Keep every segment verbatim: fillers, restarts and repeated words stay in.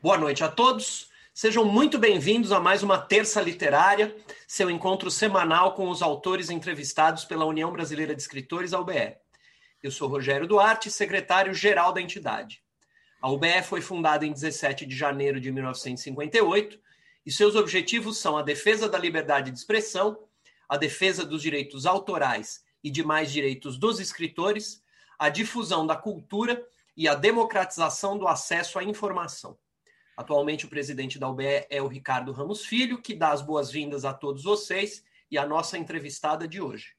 Boa noite a todos. Sejam muito bem-vindos a mais uma Terça Literária, seu encontro semanal com os autores entrevistados pela União Brasileira de Escritores, a U B E. Eu sou Rogério Duarte, secretário-geral da entidade. A U B E foi fundada em dezessete de janeiro de mil novecentos e cinquenta e oito e seus objetivos são a defesa da liberdade de expressão, a defesa dos direitos autorais e demais direitos dos escritores, a difusão da cultura e a democratização do acesso à informação. Atualmente, o presidente da U B E é o Ricardo Ramos Filho, que dá as boas-vindas a todos vocês e a nossa entrevistada de hoje.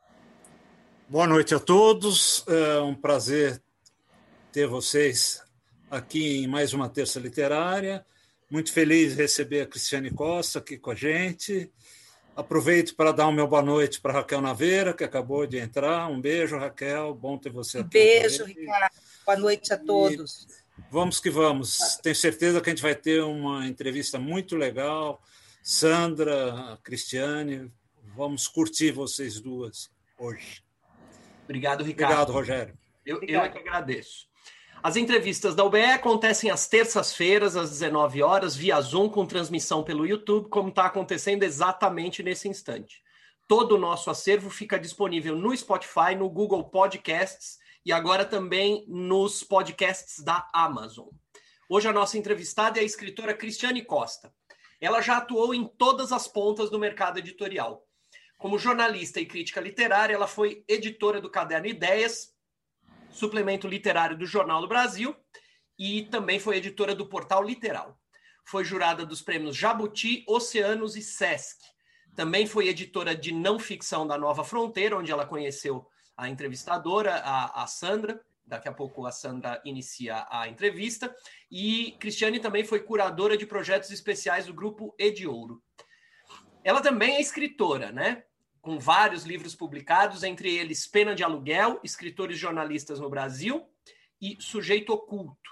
Boa noite a todos. É um prazer ter vocês aqui em mais uma Terça Literária. Muito feliz de receber a Cristiane Costa aqui com a gente. Aproveito para dar o meu boa noite para a Raquel Naveira, que acabou de entrar. Um beijo, Raquel. Bom ter você aqui. Um beijo, Ricardo. Boa noite a todos. E vamos que vamos. Tenho certeza que a gente vai ter uma entrevista muito legal. Sandra, Cristiane, vamos curtir vocês duas hoje. Obrigado, Ricardo. Obrigado, Rogério. Eu, eu é que agradeço. As entrevistas da U B E acontecem às terças-feiras, às dezenove horas, via Zoom, com transmissão pelo YouTube, como está acontecendo exatamente nesse instante. Todo o nosso acervo fica disponível no Spotify, no Google Podcasts e agora também nos podcasts da Amazon. Hoje a nossa entrevistada é a escritora Cristiane Costa. Ela já atuou em todas as pontas do mercado editorial. Como jornalista e crítica literária, ela foi editora do Caderno Ideias, suplemento literário do Jornal do Brasil, e também foi editora do Portal Literal. Foi jurada dos prêmios Jabuti, Oceanos e Sesc. Também foi editora de não ficção da Nova Fronteira, onde ela conheceu a entrevistadora, a, a Sandra. Daqui a pouco a Sandra inicia a entrevista. E Cristiane também foi curadora de projetos especiais do Grupo Ediouro. Ela também é escritora, né? Com vários livros publicados, entre eles Pena de Aluguel, Escritores Jornalistas no Brasil e Sujeito Oculto.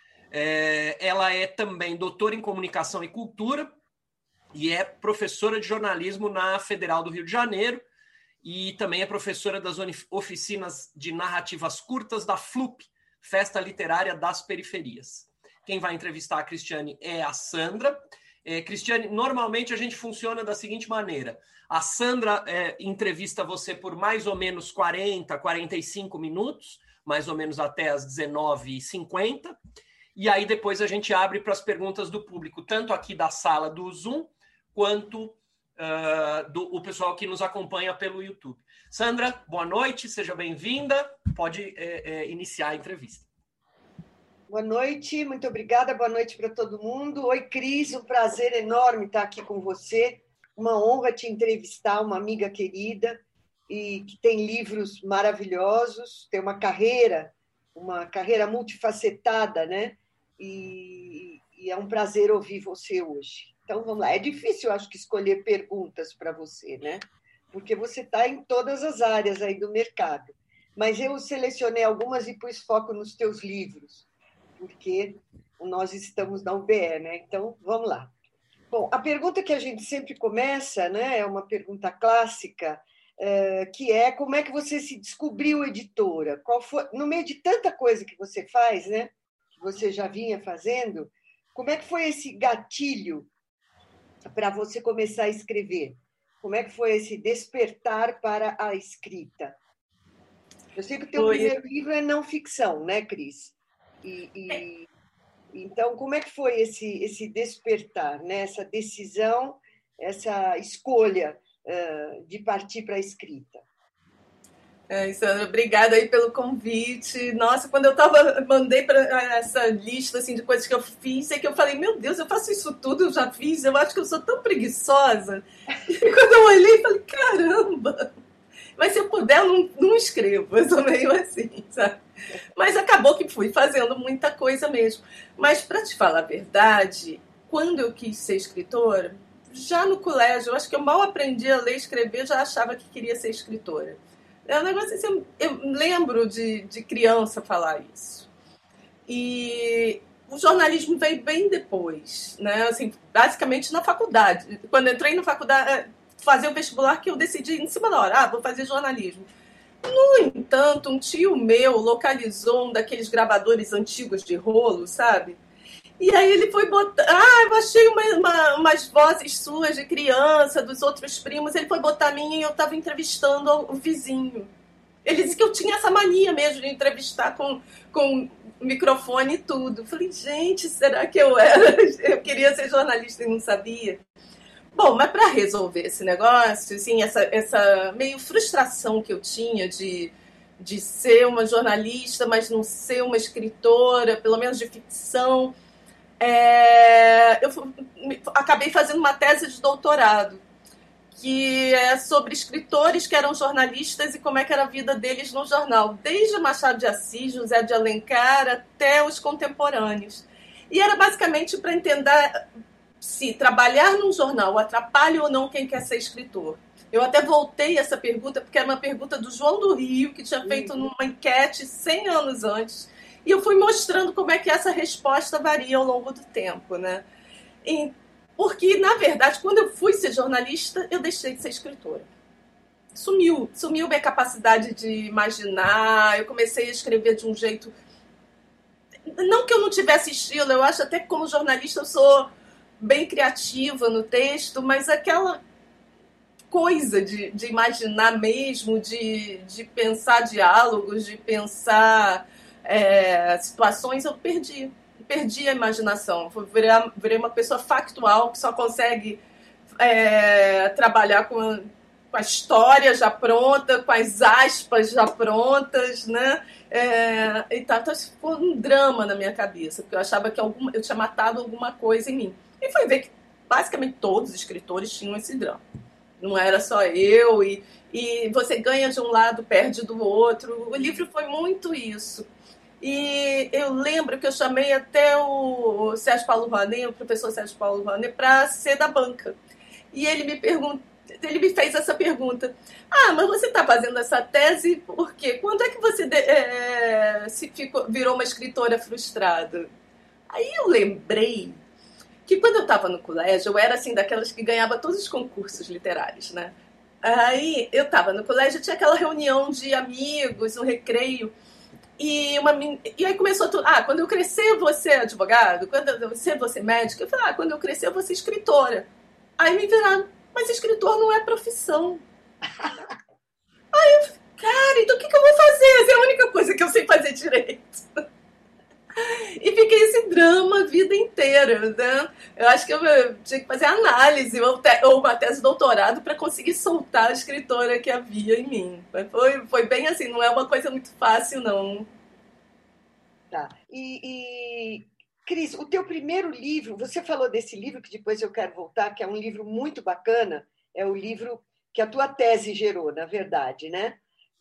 É, ela é também doutora em Comunicação e Cultura e é professora de jornalismo na Federal do Rio de Janeiro e também é professora das oficinas de narrativas curtas da F L U P, Festa Literária das Periferias. Quem vai entrevistar a Cristiane é a Sandra. É, Cristiane, normalmente a gente funciona da seguinte maneira. A Sandra é, entrevista você por mais ou menos quarenta, quarenta e cinco minutos, mais ou menos até as dezenove e cinquenta, e aí depois a gente abre para as perguntas do público, tanto aqui da sala do Zoom, quanto uh, do o pessoal que nos acompanha pelo YouTube. Sandra, boa noite, seja bem-vinda, pode é, é, iniciar a entrevista. Boa noite, muito obrigada, boa noite para todo mundo. Oi, Cris, um prazer enorme estar aqui com você. Uma honra te entrevistar, uma amiga querida e que tem livros maravilhosos, tem uma carreira, uma carreira multifacetada, né? E, e é um prazer ouvir você hoje. Então, vamos lá. É difícil, eu acho, que escolher perguntas para você, né? Porque você está em todas as áreas aí do mercado. Mas eu selecionei algumas e pus foco nos teus livros, porque nós estamos na U B E, né? Então, vamos lá. Bom, a pergunta que a gente sempre começa, né, é uma pergunta clássica, é, que é como é que você se descobriu editora? Qual foi, no meio de tanta coisa que você faz, né, que você já vinha fazendo, como é que foi esse gatilho para você começar a escrever? Como é que foi esse despertar para a escrita? Eu sei que o teu foi... primeiro livro é não ficção, né, Cris? E, e, então, como é que foi esse, esse despertar, né? Essa decisão, essa escolha uh, de partir para a escrita? É, Sandra, obrigada aí pelo convite. Nossa, quando eu tava, mandei para essa lista assim, de coisas que eu fiz, é que eu falei, meu Deus, eu faço isso tudo, eu já fiz, eu acho que eu sou tão preguiçosa. E quando eu olhei, falei, caramba! Mas se eu puder, eu não, não escrevo, eu sou meio assim, sabe? Mas acabou que fui fazendo muita coisa mesmo. Mas, para te falar a verdade, quando eu quis ser escritora, já no colégio, eu acho que eu mal aprendi a ler e escrever, já achava que queria ser escritora. É um negócio assim, eu, eu lembro de, de criança falar isso. E o jornalismo veio bem depois, né? Assim, basicamente na faculdade. Quando eu entrei na faculdade, fazer o vestibular, que eu decidi em cima da hora, ah, vou fazer jornalismo. No entanto, um tio meu localizou um daqueles gravadores antigos de rolo, sabe? E aí ele foi botar... Ah, eu achei uma, uma, umas vozes suas de criança, dos outros primos. Ele foi botar a minha e eu estava entrevistando o vizinho. Ele disse que eu tinha essa mania mesmo de entrevistar com, com microfone e tudo. Eu falei, gente, será que eu era? Eu queria ser jornalista e não sabia. Bom, mas para resolver esse negócio, assim, essa, essa meio frustração que eu tinha de, de ser uma jornalista, mas não ser uma escritora, pelo menos de ficção, é, eu acabei fazendo uma tese de doutorado, que é sobre escritores que eram jornalistas e como é que era a vida deles no jornal, desde Machado de Assis, José de Alencar, até os contemporâneos. E era basicamente para entender se trabalhar num jornal atrapalha ou não quem quer ser escritor. Eu até voltei essa pergunta, porque era uma pergunta do João do Rio, que tinha feito numa enquete cem anos antes, e eu fui mostrando como é que essa resposta varia ao longo do tempo, né? E, porque, na verdade, quando eu fui ser jornalista, eu deixei de ser escritora. Sumiu, sumiu minha capacidade de imaginar, eu comecei a escrever de um jeito... Não que eu não tivesse estilo, eu acho até que como jornalista eu sou bem criativa no texto, mas aquela coisa de, de imaginar mesmo, de, de pensar diálogos, de pensar é, situações, eu perdi. Perdi a imaginação. Virei, virei uma pessoa factual que só consegue é, trabalhar com a, com a história já pronta, com as aspas já prontas, né? É, e tá, então, ficou um drama na minha cabeça, porque eu achava que alguma, eu tinha matado alguma coisa em mim. E foi ver que basicamente todos os escritores tinham esse drama. Não era só eu, e, e você ganha de um lado, perde do outro. O livro foi muito isso. E eu lembro que eu chamei até o Sérgio Paulo Rouanet, o professor Sérgio Paulo Rouanet, para ser da banca. E ele me perguntou, ele me fez essa pergunta. Ah, mas você está fazendo essa tese por quê? Quando é que você é, se ficou, virou uma escritora frustrada? Aí eu lembrei que quando eu estava no colégio, eu era assim daquelas que ganhava todos os concursos literários, né? Aí eu estava no colégio, tinha aquela reunião de amigos, um recreio, e, uma, e aí começou tudo. Ah, quando eu crescer eu vou ser advogado, quando eu crescer vou ser médica. Eu falei, ah, quando eu crescer eu vou ser escritora. Aí me viraram, mas escritor não é profissão. Aí eu falei, cara, então o que, que eu vou fazer? Essa é a única coisa que eu sei fazer direito. E fiquei esse drama a vida inteira, né? Eu acho que eu tinha que fazer análise ou, te, ou uma tese de doutorado para conseguir soltar a escritora que havia em mim. Foi, foi bem assim, não é uma coisa muito fácil, não. Tá. E, e, Cris, o teu primeiro livro, você falou desse livro, que depois eu quero voltar, que é um livro muito bacana, é o livro que a tua tese gerou, na verdade, né?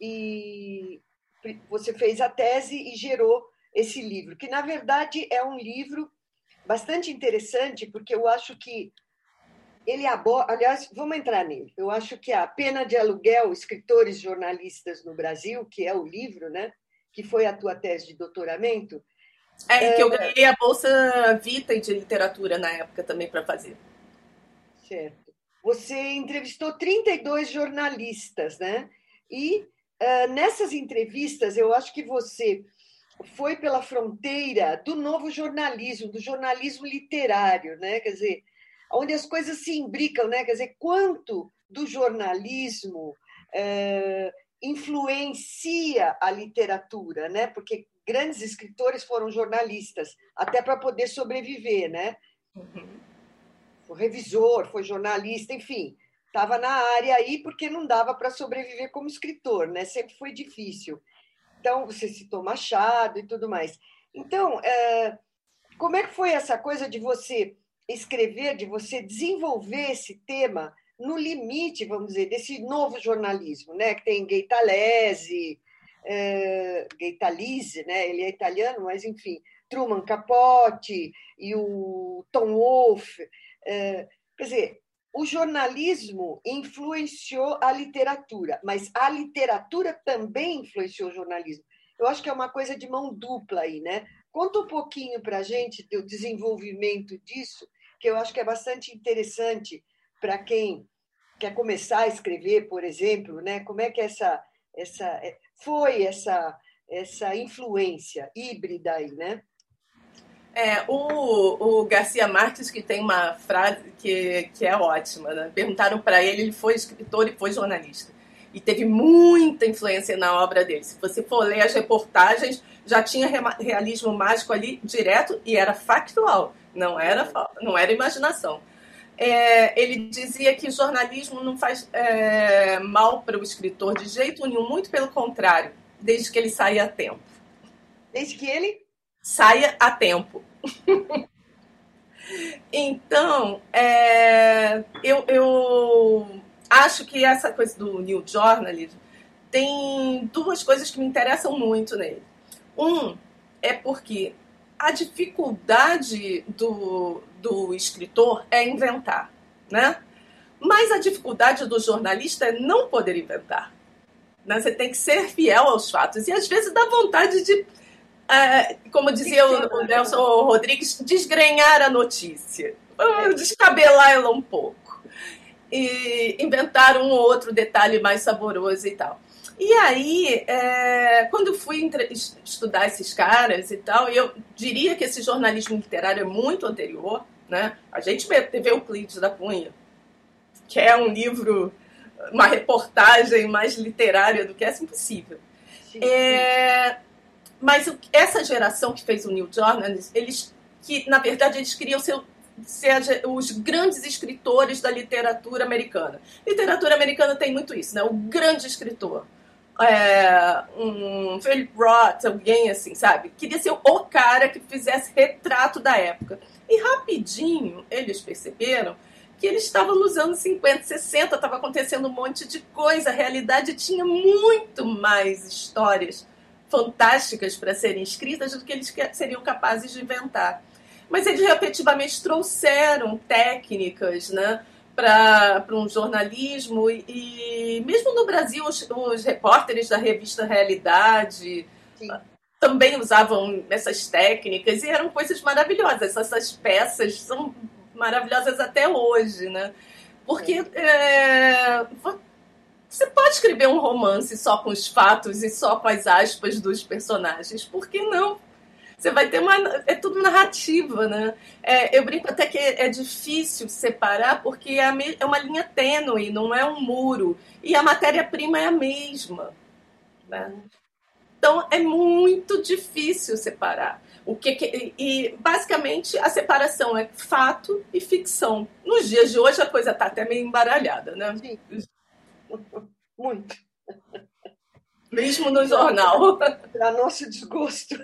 E você fez a tese e gerou esse livro, que, na verdade, é um livro bastante interessante, porque eu acho que ele aborda... Aliás, vamos entrar nele. Eu acho que a Pena de Aluguel, Escritores Jornalistas no Brasil, que é o livro, né, que foi a tua tese de doutoramento... É, que eu ganhei a Bolsa Vitae de Literatura na época também para fazer. Certo. Você entrevistou trinta e dois jornalistas, né? E uh, nessas entrevistas, eu acho que você... foi pela fronteira do novo jornalismo, do jornalismo literário, né? Quer dizer, onde as coisas se imbricam, né? Quer dizer, quanto do jornalismo é, influencia a literatura, né? Porque grandes escritores foram jornalistas, até para poder sobreviver, né? Uhum. Foi revisor, foi jornalista, enfim, estava na área aí porque não dava para sobreviver como escritor, né? Sempre foi difícil. Então, você citou Machado e tudo mais. Então, como é que foi essa coisa de você escrever, de você desenvolver esse tema no limite, vamos dizer, desse novo jornalismo, né? Que tem Gaetalese, é, Gaetalese, né? Ele é italiano, mas, enfim, Truman Capote e o Tom Wolfe. É, quer dizer, o jornalismo influenciou a literatura, mas a literatura também influenciou o jornalismo. Eu acho que é uma coisa de mão dupla aí, né? Conta um pouquinho para a gente do desenvolvimento disso, que eu acho que é bastante interessante para quem quer começar a escrever, por exemplo, né? Como é que essa, essa foi essa, essa influência híbrida aí, né? É, o, o Garcia Marques, que tem uma frase que, que é ótima, né? Perguntaram para ele, ele foi escritor e foi jornalista. E teve muita influência na obra dele. Se você for ler as reportagens, já tinha realismo mágico ali direto e era factual, não era, não era imaginação. É, ele dizia que jornalismo não faz é, mal para o escritor de jeito nenhum, muito pelo contrário, desde que ele saia a tempo. Desde que ele... Saia a tempo. Então, é, eu, eu acho que essa coisa do New Journalism tem duas coisas que me interessam muito nele. Um é porque a dificuldade do, do escritor é inventar, né? Mas a dificuldade do jornalista é não poder inventar, né? Você tem que ser fiel aos fatos. E às vezes dá vontade de... É, como dizia o, o Nelson Rodrigues, desgrenhar a notícia, descabelar ela um pouco e inventar um ou outro detalhe mais saboroso e tal. E aí, é, quando eu fui entre, estudar esses caras e tal, eu diria que esse jornalismo literário é muito anterior, né? A gente vê o Euclides da Cunha, que é um livro, uma reportagem mais literária do que essa, impossível. Sim, sim. É, Mas essa geração que fez o New Journalism, eles, que na verdade eles queriam ser, ser os grandes escritores da literatura americana. Literatura americana tem muito isso, né? O grande escritor. É, um Philip Roth, alguém assim, sabe? Queria ser o cara que fizesse retrato da época. E rapidinho eles perceberam que eles estavam nos anos cinquenta, sessenta, estava acontecendo um monte de coisa. A realidade tinha muito mais histórias fantásticas para serem escritas do que eles seriam capazes de inventar. Mas eles efetivamente trouxeram técnicas, né, para um jornalismo e, e mesmo no Brasil os, os repórteres da revista Realidade Sim. também usavam essas técnicas e eram coisas maravilhosas. Essas peças são maravilhosas até hoje, né? Porque é, você pode escrever um romance só com os fatos e só com as aspas dos personagens. Por que não? Você vai ter uma... É tudo narrativa, né? É, eu brinco até que é difícil separar porque é uma linha tênue, não é um muro. E a matéria-prima é a mesma, né? Então, é muito difícil separar. O que que... E, basicamente, a separação é fato e ficção. Nos dias de hoje, a coisa está até meio embaralhada, né? Sim. Muito. Mesmo no jornal. Para nosso desgosto.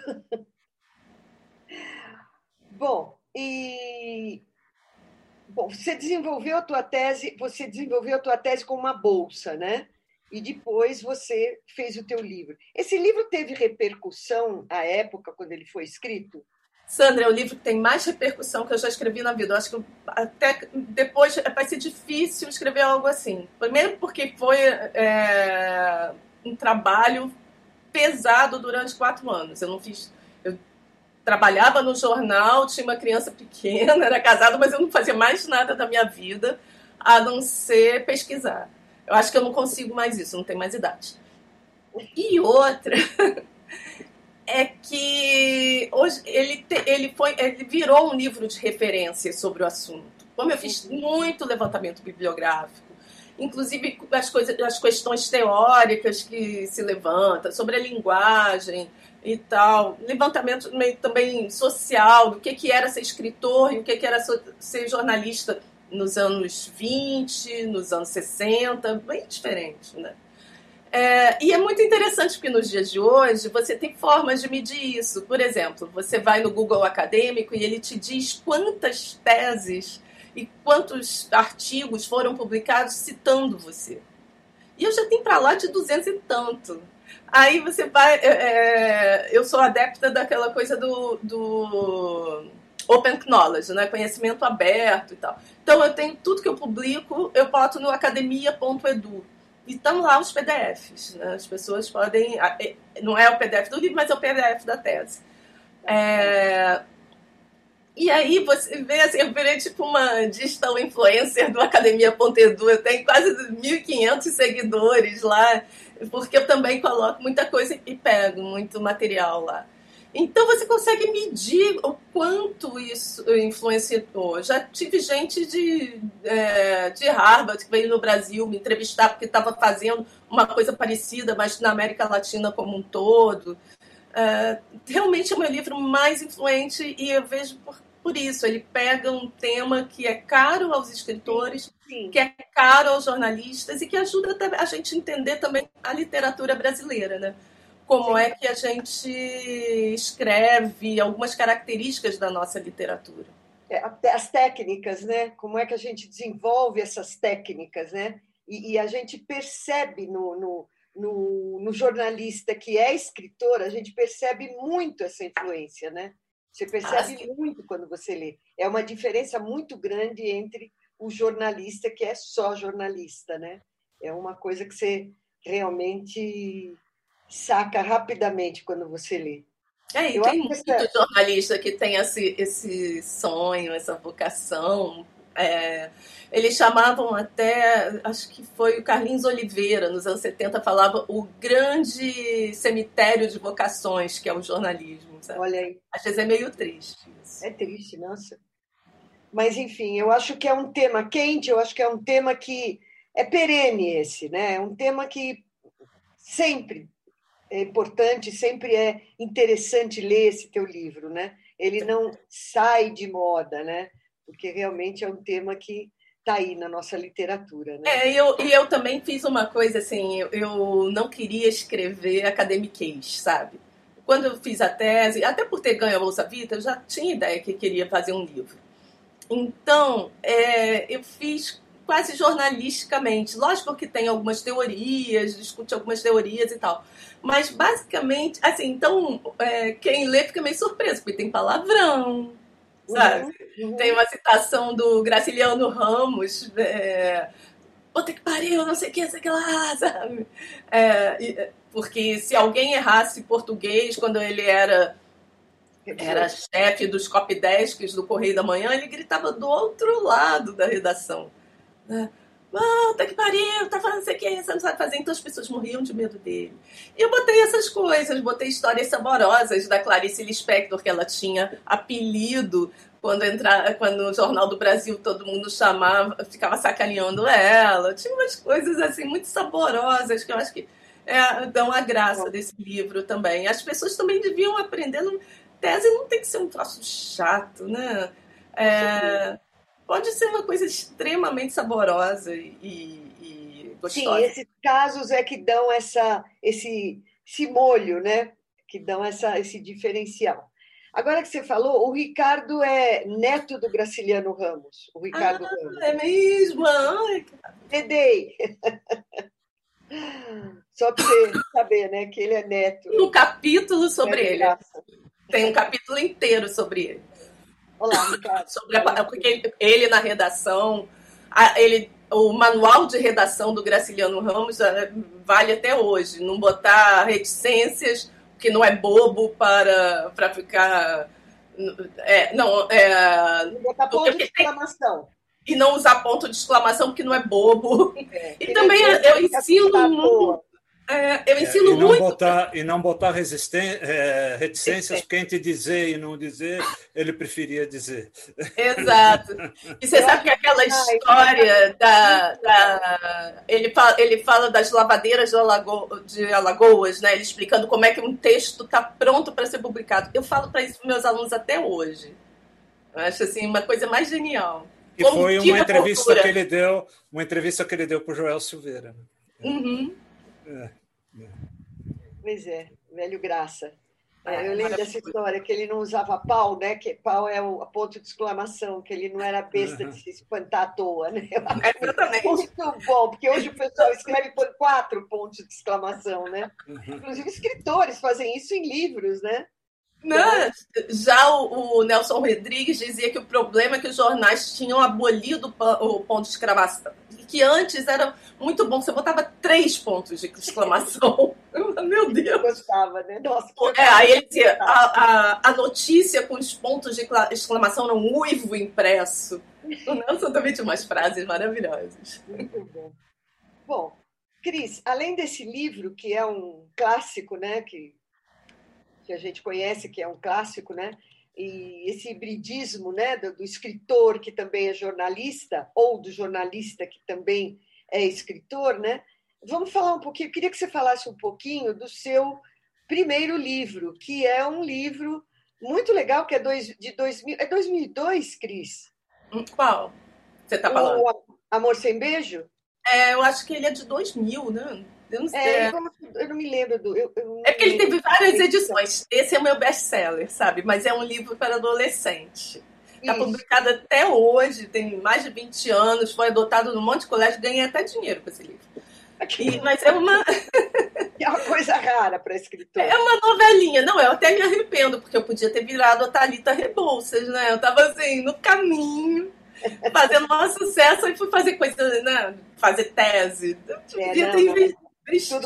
Bom, e bom, você desenvolveu a tua tese, você desenvolveu a tua tese com uma bolsa, né? E depois você fez o teu livro. Esse livro teve repercussão à época quando ele foi escrito? Sandra, é o livro que tem mais repercussão que eu já escrevi na vida. Eu acho que até depois vai ser difícil escrever algo assim. Primeiro porque foi é, um trabalho pesado durante quatro anos. Eu não fiz... Eu trabalhava no jornal, tinha uma criança pequena, era casada, mas eu não fazia mais nada da minha vida a não ser pesquisar. Eu acho que eu não consigo mais isso, não tenho mais idade. E outra... é que hoje ele, te, ele, foi, ele virou um livro de referência sobre o assunto. Como eu fiz muito levantamento bibliográfico, inclusive as, coisas, as questões teóricas que se levantam, sobre a linguagem e tal, levantamento meio também social, do que, que era ser escritor e o que, que era ser jornalista nos anos vinte, nos anos sessenta, bem diferente, né? É, e é muito interessante porque nos dias de hoje você tem formas de medir isso. Por exemplo, você vai no Google Acadêmico e ele te diz quantas teses e quantos artigos foram publicados citando você. E eu já tenho para lá de duzentos e tanto. Aí você vai... É, eu sou adepta daquela coisa do, do Open Knowledge, né? Conhecimento aberto e tal. Então eu tenho tudo que eu publico, eu boto no academia ponto edu. E estão lá os P D Fs, né? As pessoas podem... Não é o P D F do livro, mas é o P D F da tese. É... E aí você vê, assim, eu virei tipo uma digital influencer do academia ponto edu. Eu tenho quase mil e quinhentos seguidores lá, porque eu também coloco muita coisa e pego muito material lá. Então você consegue medir o quanto isso influenciou. Já tive gente de, é, de Harvard que veio no Brasil me entrevistar porque estava fazendo uma coisa parecida, mas na América Latina como um todo. É, realmente é o meu livro mais influente e eu vejo por, por isso. Ele pega um tema que é caro aos escritores, sim, sim, que é caro aos jornalistas e que ajuda a gente a entender também a literatura brasileira, né? Como Sim. é que a gente escreve, algumas características da nossa literatura. É, as técnicas, né? Como é que a gente desenvolve essas técnicas, né? E, e a gente percebe no, no, no, no jornalista que é escritor, a gente percebe muito essa influência, né? Você percebe ah, muito quando você lê. É uma diferença muito grande entre o jornalista que é só jornalista, né? É uma coisa que você realmente saca rapidamente quando você lê. É, e eu tem muito essa... jornalista que tem esse, esse sonho, essa vocação. É, eles chamavam até, acho que foi o Carlinhos Oliveira, nos anos setenta, falava o grande cemitério de vocações, que é o jornalismo. Sabe? Olha aí. Às vezes é meio triste isso. É triste, nossa. Mas, enfim, eu acho que é um tema quente, eu acho que é um tema que é perene esse, né? É um tema que sempre é importante, sempre é interessante ler esse teu livro, né? Ele não sai de moda, né? Porque realmente é um tema que está aí na nossa literatura, né? É, eu, e eu também fiz uma coisa assim, eu, eu não queria escrever academiquez, sabe? Quando eu fiz a tese, até por ter ganho a Bolsa Vita, eu já tinha ideia que queria fazer um livro. Então, é, eu fiz quase jornalisticamente. Lógico que tem algumas teorias, discute algumas teorias e tal. Mas, basicamente, assim, então, é, quem lê fica meio surpreso, porque tem palavrão, sabe? Uhum, uhum. Tem uma citação do Graciliano Ramos, é, puta que pariu, não sei o que, sei o que lá, sabe? É, porque se alguém errasse português quando ele era... era chefe dos copydesks do Correio da Manhã, ele gritava do outro lado da redação. Puta que pariu, tá falando isso aqui, você não sabe fazer. Então as pessoas morriam de medo dele. E eu botei essas coisas, botei histórias saborosas da Clarice Lispector, que ela tinha apelido quando, entra, quando no Jornal do Brasil todo mundo chamava, ficava sacaneando ela. Tinha umas coisas assim muito saborosas que eu acho que é, dão a graça desse livro também. As pessoas também deviam aprender. Tese não tem que ser um troço chato, né? É, pode ser uma coisa extremamente saborosa e, e gostosa. Sim, esses casos é que dão essa, esse, esse molho, né? Que dão essa, esse diferencial. Agora que você falou, o Ricardo é neto do Graciliano Ramos. O Ricardo ah, Ramos. É mesmo? Ai, Dedei. Só para você saber, né? Que ele é neto. Um capítulo sobre ele. Graça. Tem um capítulo inteiro sobre ele. Olá, Ricardo. Sobre a, porque ele, ele na redação, a, ele, o manual de redação do Graciliano Ramos vale até hoje. Não botar reticências, que não é bobo para, para ficar... É, não, é, não botar ponto de exclamação. E não usar ponto de exclamação, porque não é bobo. É, e também eu ensino muito... É, eu ensino é, e não muito. Botar, e não botar é, reticências, porque entre dizer e não dizer, ele preferia dizer. Exato. E você eu sabe que aquela história da. da ele, fala, ele fala das lavadeiras de, Alago, de Alagoas, né? Ele explicando como é que um texto está pronto para ser publicado. Eu falo para isso para meus alunos até hoje. Eu acho assim, uma coisa mais genial. E como foi uma entrevista cultura. que ele deu, uma entrevista que ele deu para o Joel Silveira. Uhum. É. Pois é, velho Graça. É, eu lembro dessa história que ele não usava pau, né? Que pau é o ponto de exclamação, que ele não era besta de se espantar à toa, né? Exatamente. Muito bom, porque hoje o pessoal escreve por quatro pontos de exclamação, né? Inclusive escritores fazem isso em livros, né? Não, já o, o Nelson Rodrigues dizia que o problema é que os jornais tinham abolido o ponto de exclamação. Que antes era muito bom, você botava três pontos de exclamação. Meu Deus! Eu gostava, né? Nossa, é, aí ele dizia, a, a, a notícia com os pontos de exclamação era um uivo impresso. O Nelson também tinha umas frases maravilhosas. Muito bom. Bom, Cris, além desse livro, que é um clássico, né? Que que a gente conhece, que é um clássico, né? E esse hibridismo, né, do, do escritor que também é jornalista, ou do jornalista que também é escritor, né? Vamos falar um pouquinho, eu queria que você falasse um pouquinho do seu primeiro livro, que é um livro muito legal, que é dois, de dois mil, é dois mil e dois, Cris? Qual você está falando? O Amor Sem Beijo? É, eu acho que ele é de dois mil, né? Eu não sei. É, eu não me lembro do... Eu, eu não é porque ele lembro. teve várias edições. Esse é o meu best-seller, sabe? Mas é um livro para adolescente. Está publicado até hoje, tem mais de vinte anos, foi adotado num monte de colégio, ganhei até dinheiro com esse livro. E, mas é uma... é uma coisa rara para escritor. É uma novelinha. Não, eu até me arrependo, porque eu podia ter virado a Thalita Rebouças, né? Eu estava assim, no caminho, fazendo um sucesso, e fui fazer coisa, né? Fazer tese. Eu é, podia não, ter não, investido.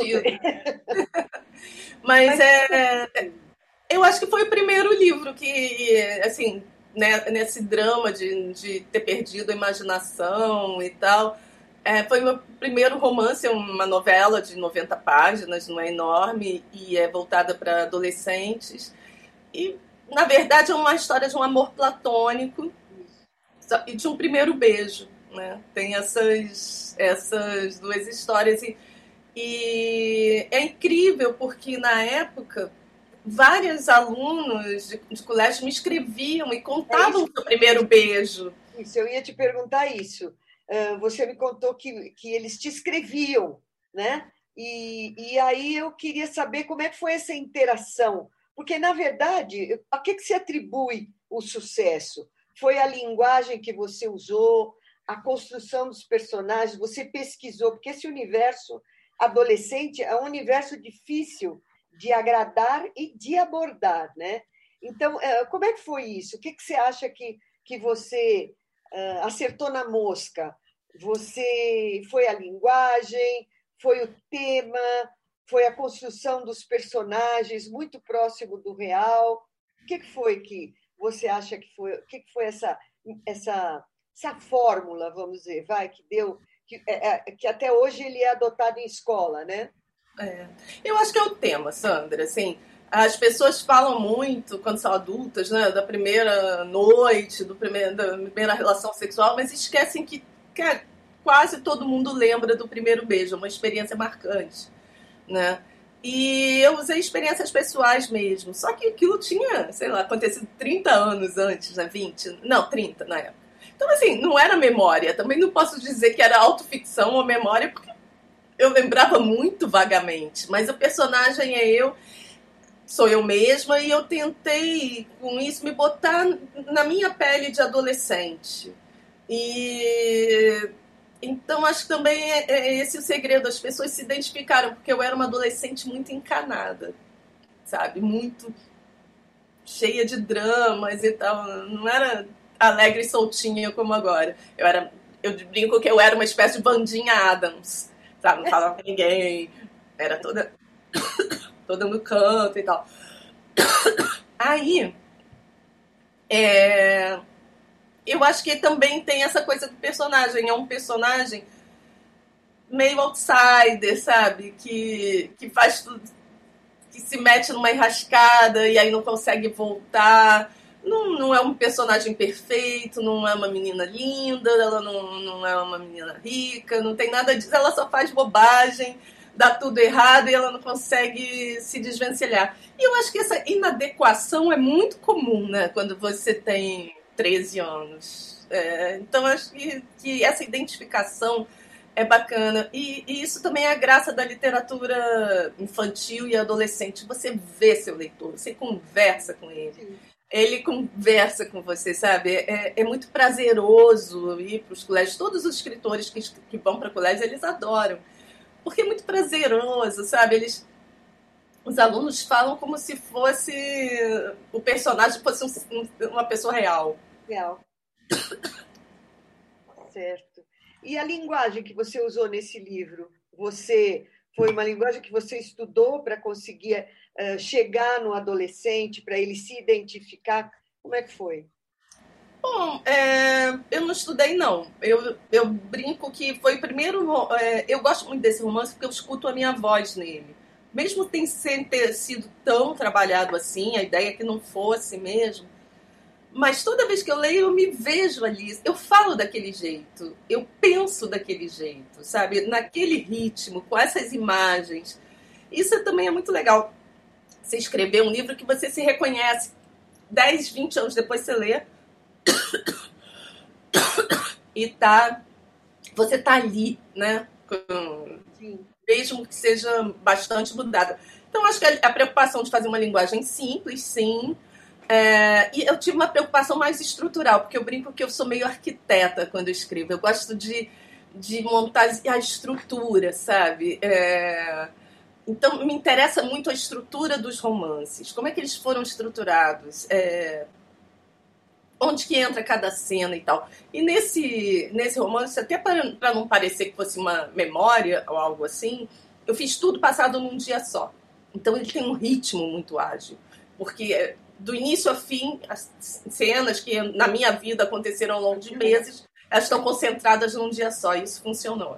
Mas, mas é... eu acho que foi o primeiro livro que, assim, né, nesse drama de, de ter perdido a imaginação e tal, é, foi meu primeiro romance, uma novela de noventa páginas, não é enorme, e é voltada para adolescentes. E, na verdade, é uma história de um amor platônico e de um primeiro beijo, né? Tem essas, essas duas histórias. E, e é incrível, porque, na época... vários alunos de, de colégio me escreviam e contavam é o seu primeiro beijo. Isso, eu ia te perguntar isso. Uh, você me contou que, que eles te escreviam, né? E, e aí eu queria saber como é que foi essa interação. Porque, na verdade, a que, que se atribui o sucesso? Foi a linguagem que você usou, a construção dos personagens, você pesquisou, porque esse universo adolescente é um universo difícil de agradar e de abordar, né? Então, como é que foi isso? O que você acha que, que você uh, acertou na mosca? Você foi a linguagem, foi o tema, foi a construção dos personagens muito próximo do real? O que foi que você acha que foi? O que foi essa essa essa fórmula, vamos dizer, vai que deu que, é, que até hoje ele é adotado em escola, né? É. Eu acho que é o tema, Sandra. Assim, as pessoas falam muito, quando são adultas, né, da primeira noite, do primeiro, da primeira relação sexual, mas esquecem que, que quase todo mundo lembra do primeiro beijo, uma experiência marcante, né? E eu usei experiências pessoais mesmo, só que aquilo tinha, sei lá, acontecido trinta anos antes, né, vinte, não, trinta na época. Então, assim, não era memória. Também não posso dizer que era autoficção ou memória, porque eu lembrava muito vagamente, mas o personagem é eu, sou eu mesma, e eu tentei, com isso, me botar na minha pele de adolescente. E então acho que também é, é esse o segredo, as pessoas se identificaram, porque eu era uma adolescente muito encanada, sabe? Muito cheia de dramas e tal, não era alegre e soltinha como agora. Eu, era, eu brinco que eu era uma espécie de Wandinha Adams, sabe? Não falava com ninguém, era toda, toda no canto e tal. Aí, é, eu acho que também tem essa coisa do personagem. É um personagem meio outsider, sabe? Que, que faz tudo, que se mete numa enrascada e aí não consegue voltar. Não, não é um personagem perfeito, não é uma menina linda, ela não, não é uma menina rica, não tem nada disso, ela só faz bobagem, dá tudo errado e ela não consegue se desvencilhar. E eu acho que essa inadequação é muito comum, né, quando você tem treze anos. É, então, acho que, que essa identificação é bacana. E, e isso também é a graça da literatura infantil e adolescente. Você vê seu leitor, você conversa com ele. Sim. Ele conversa com você, sabe? É, é muito prazeroso ir para os colégios. Todos os escritores que, que vão para colégios, eles adoram. Porque é muito prazeroso, sabe? Eles, os alunos falam como se fosse o personagem fosse um, uma pessoa real. Real. Certo. E a linguagem que você usou nesse livro? Você foi uma linguagem que você estudou para conseguir uh, chegar no adolescente, para ele se identificar? Como é que foi? Bom, é, eu não estudei, não. Eu, eu brinco que foi o primeiro... É, eu gosto muito desse romance porque eu escuto a minha voz nele. mesmo sem ter sido tão trabalhado assim, a ideia é que não fosse mesmo, mas toda vez que eu leio, eu me vejo ali, eu falo daquele jeito, eu penso daquele jeito, sabe? Naquele ritmo, com essas imagens. Isso também é muito legal. Você escrever um livro que você se reconhece. dez, vinte anos depois você lê e tá, você tá ali, né? Com, mesmo que seja bastante mudada. Então, acho que a, a preocupação de fazer uma linguagem simples, sim. É, e eu tive uma preocupação mais estrutural, porque eu brinco que eu sou meio arquiteta quando eu escrevo. Eu gosto de, de montar a estrutura, sabe? É, então, me interessa muito a estrutura dos romances. Como é que eles foram estruturados? É, onde que entra cada cena e tal. E nesse, nesse romance, até para não parecer que fosse uma memória ou algo assim, eu fiz tudo passado num dia só. Então, ele tem um ritmo muito ágil. Porque do início ao fim, as cenas que na minha vida aconteceram ao longo de meses, elas estão concentradas num dia só. E isso funcionou.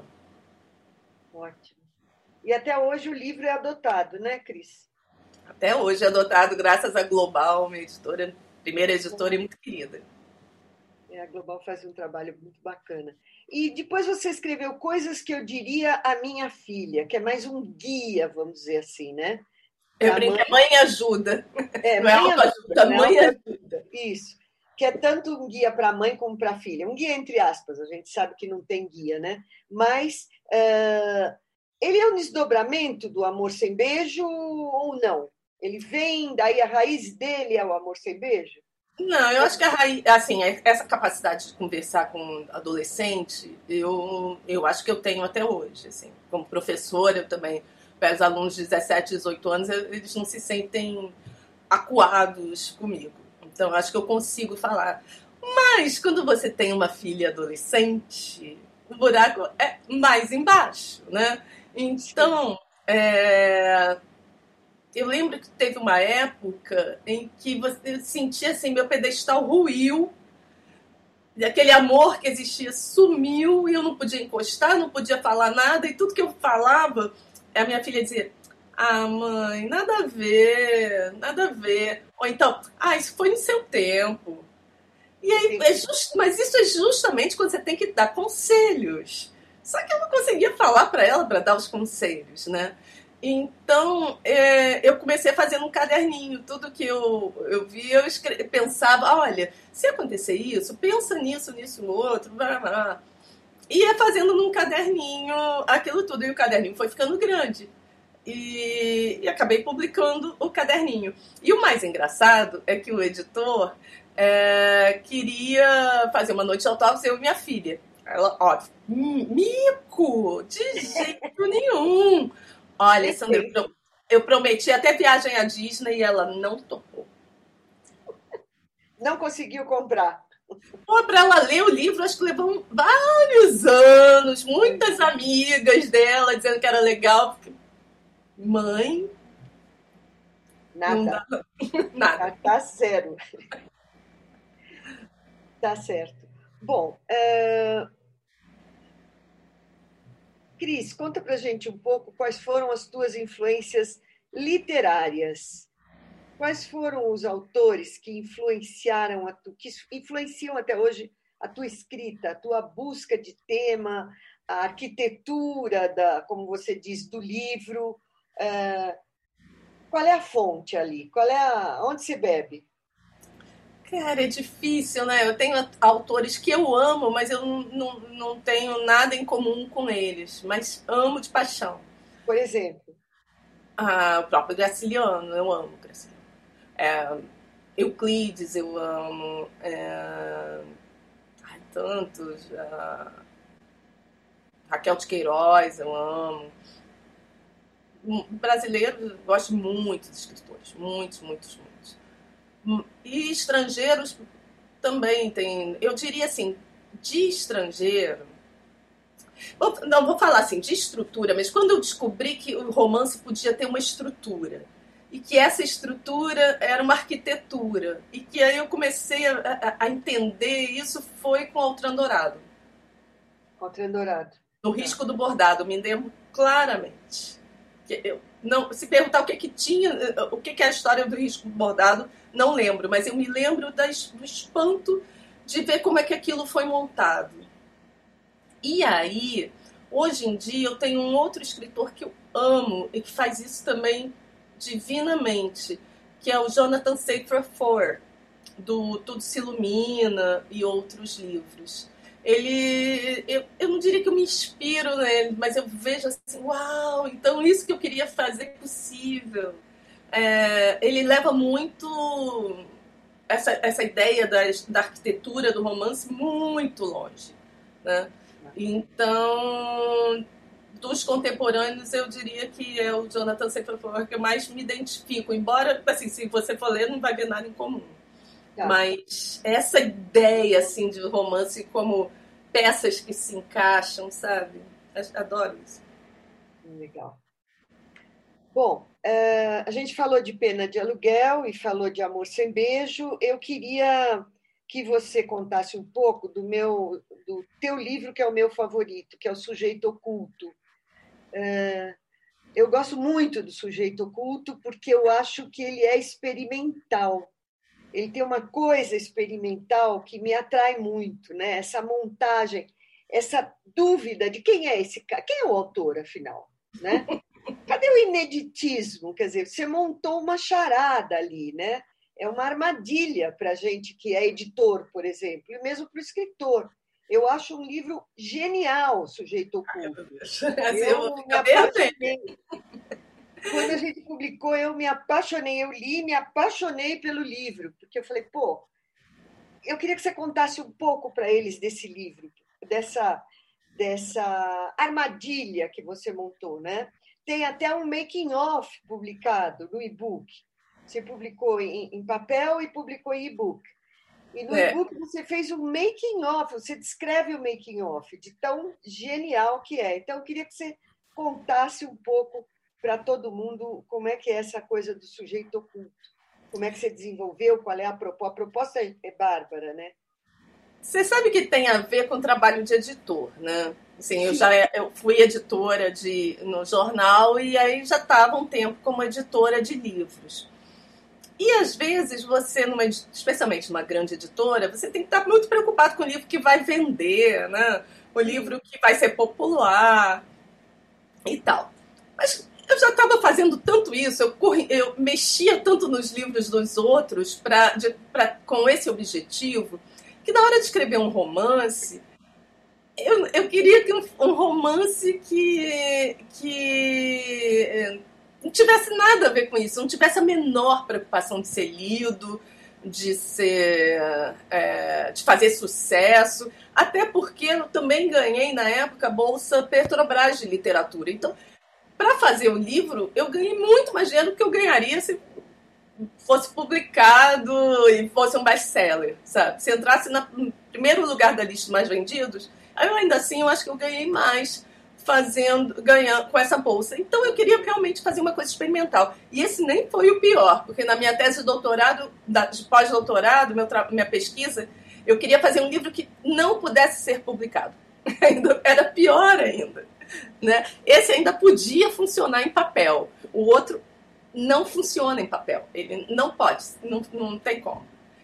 Ótimo. E até hoje o livro é adotado, né, Cris? Até hoje é adotado, graças à Global, minha editora, primeira editora e muito querida. É, a Global faz um trabalho muito bacana. E depois você escreveu Coisas que eu diria à minha filha, que é mais um guia, vamos dizer assim, né? Eu brinco, mãe... mãe ajuda. É, não é autoajuda, mãe ajuda. Isso. Que é tanto um guia para a mãe como para a filha. Um guia entre aspas, a gente sabe que não tem guia, né? Mas uh, ele é um desdobramento do Amor Sem Beijo ou não? Ele vem, daí a raiz dele é o Amor Sem Beijo? Não, eu acho que a raiz, assim, essa capacidade de conversar com adolescente, eu, eu acho que eu tenho até hoje, assim. Como professora, eu também... Os alunos de dezessete, dezoito anos, eles não se sentem acuados comigo. Então, acho que eu consigo falar. Mas, quando você tem uma filha adolescente, o buraco é mais embaixo, né? Então, é... eu lembro que teve uma época em que você sentia assim, meu pedestal ruiu, e aquele amor que existia sumiu, e eu não podia encostar, não podia falar nada, e tudo que eu falava... A minha filha dizia, ah, mãe, nada a ver, nada a ver. Ou então, ah, isso foi no seu tempo. E aí, é just... Mas isso é justamente quando você tem que dar conselhos. Só que eu não conseguia falar para ela para dar os conselhos, né? Então, é... eu comecei fazendo um caderninho. Tudo que eu, eu via, eu escre... pensava, olha, se acontecer isso, pensa nisso, nisso, no outro, blá, blá. Ia fazendo num caderninho aquilo tudo. E o caderninho foi ficando grande. E, e acabei publicando o caderninho. E o mais engraçado é que o editor é, queria fazer uma noite de autógrafos, eu e minha filha. Ela, ó, mico! De jeito nenhum! Olha, Sandra, eu, eu prometi até viagem à Disney e ela não topou. Não conseguiu comprar. Para ela ler o livro, acho que levou vários anos, muitas amigas dela dizendo que era legal. Porque... Mãe? Nada. Dá... Nada. Tá, tá zero. Tá certo. Bom, uh... Cris, conta pra gente um pouco quais foram as tuas influências literárias. Quais foram os autores que influenciaram, a tu, que influenciam até hoje a tua escrita, a tua busca de tema, a arquitetura, da, como você diz, do livro? Uh, qual é a fonte ali? Qual é a, onde se bebe? Cara, é difícil, né? Eu tenho autores que eu amo, mas eu não, não, não tenho nada em comum com eles. Mas amo de paixão. Por exemplo? Ah, o próprio Graciliano, eu amo o Graciliano. É, Euclides, eu amo. É, ai, tantos. É, Raquel de Queiroz, eu amo. Brasileiros, gosto muito de escritores. Muitos, muitos, muitos. E estrangeiros também tem. Eu diria assim, de estrangeiro. Vou, não, vou falar assim, de estrutura, mas quando eu descobri que o romance podia ter uma estrutura. E que essa estrutura era uma arquitetura. E que aí eu comecei a, a, a entender isso foi com Altran Dourado. Altran Dourado. No Risco do Bordado, me lembro claramente. eu não, se perguntar o que que tinha, o que que é a história do risco bordado, não lembro, mas eu me lembro das, do espanto de ver como é que aquilo foi montado. E aí, hoje em dia, eu tenho um outro escritor que eu amo e que faz isso também divinamente, que é o Jonathan Safran Foer, do Tudo Se Ilumina e outros livros. Ele, eu, eu não diria que eu me inspiro nele, mas eu vejo assim, uau, então isso que eu queria fazer é possível. É, ele leva muito essa, essa ideia da, da arquitetura do romance muito longe, né? Então, dos contemporâneos, eu diria que é o Jonathan Safran Foer que eu mais me identifico, embora, assim, se você for ler, não vai ver nada em comum. Tá. Mas essa ideia, assim, de romance como peças que se encaixam, sabe? Adoro isso. Legal. Bom, uh, a gente falou de Pena de Aluguel e falou de Amor Sem Beijo. Eu queria que você contasse um pouco do meu, do teu livro, que é o meu favorito, que é O Sujeito Oculto. Uh, eu gosto muito do Sujeito Oculto porque eu acho que ele é experimental. Ele tem uma coisa experimental que me atrai muito, né? Essa montagem, essa dúvida de quem é esse cara, quem é o autor, afinal, né? Cadê o ineditismo? Quer dizer, você montou uma charada ali, né? É uma armadilha para a gente que é editor, por exemplo, e mesmo para o escritor. Eu acho um livro genial, O Sujeito Oculto. Eu me apaixonei. Quando a gente publicou, eu me apaixonei. Eu li e me apaixonei pelo livro, porque eu falei, pô, eu queria que você contasse um pouco para eles desse livro, dessa, dessa armadilha que você montou, né? Tem até um making-of publicado no e-book. Você publicou em, em papel e publicou em e-book. E no é. e-book você fez um making-of, você descreve o making-of, de tão genial que é. Então, eu queria que você contasse um pouco para todo mundo como é que é essa coisa do sujeito oculto. Como é que você desenvolveu, qual é a proposta. A proposta é bárbara, né? Você sabe que tem a ver com o trabalho de editor, né? Assim, eu já eu fui editora de, no jornal e aí já estava um tempo como editora de livros. E, às vezes, você, numa, especialmente numa grande editora, você tem que estar muito preocupado com o livro que vai vender, né? O livro que vai ser popular e tal. Mas eu já estava fazendo tanto isso, eu, corri, eu mexia tanto nos livros dos outros pra, de, pra, com esse objetivo, que na hora de escrever um romance, eu, eu queria ter um, um romance que, que não tivesse nada a ver com isso, não tivesse a menor preocupação de ser lido, de, ser, é, de fazer sucesso, até porque eu também ganhei, na época, a Bolsa Petrobras de Literatura. Então, para fazer o livro, eu ganhei muito mais dinheiro do que eu ganharia se fosse publicado e fosse um best-seller, sabe? Se entrasse no primeiro lugar da lista de mais vendidos, aí eu ainda assim eu acho que eu ganhei mais fazendo, ganhando com essa bolsa. Então eu queria realmente fazer uma coisa experimental. E esse nem foi o pior, porque na minha tese de doutorado, de pós-doutorado, meu tra... minha pesquisa, eu queria fazer um livro que não pudesse ser publicado. Era pior ainda. Né? Esse ainda podia funcionar em papel. O outro não funciona em papel. Ele não pode, não, não tem como.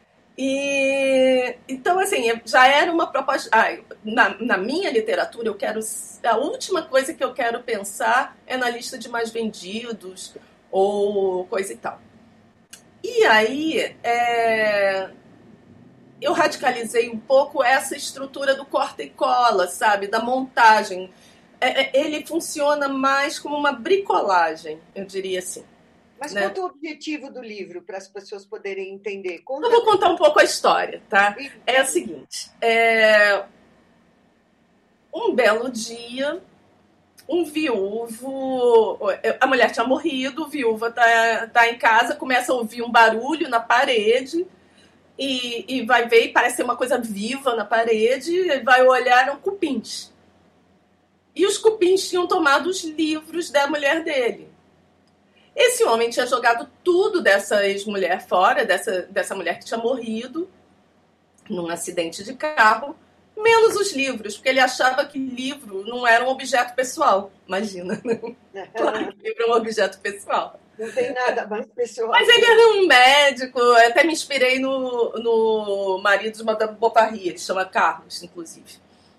E, então, assim, já era uma proposta... Ah, na, na minha literatura, eu quero... A última coisa que eu quero pensar é na lista de mais vendidos ou coisa e tal. E aí, é, eu radicalizei um pouco essa estrutura do corta e cola, sabe? Da montagem. É, ele funciona mais como uma bricolagem, eu diria assim. Mas né? Conta o objetivo do livro, para as pessoas poderem entender. Conta... Eu vou contar um pouco a história, tá? É o seguinte, é... um belo dia, um viúvo... A mulher tinha morrido, o viúva tá, tá em casa, começa a ouvir um barulho na parede e, e vai ver, e parece ser uma coisa viva na parede, vai olhar, eram cupins. E os cupins tinham tomado os livros da mulher dele. Esse homem tinha jogado tudo dessa ex-mulher fora, dessa, dessa mulher que tinha morrido num acidente de carro, menos os livros, porque ele achava que livro não era um objeto pessoal. Imagina, né? Claro que livro é um objeto pessoal. Não tem nada mais pessoal. Mas ele era um médico, eu até me inspirei no, no marido de Madame Bovary, ele chama Carlos, inclusive.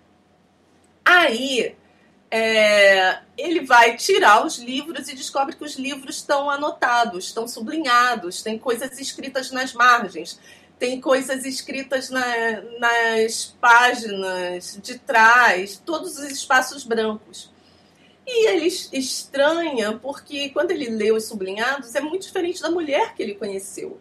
Aí, é, ele vai tirar os livros e descobre que os livros estão anotados, estão sublinhados, tem coisas escritas nas margens, tem coisas escritas na, nas páginas de trás, todos os espaços brancos. E ele estranha porque quando ele lê os sublinhados é muito diferente da mulher que ele conheceu.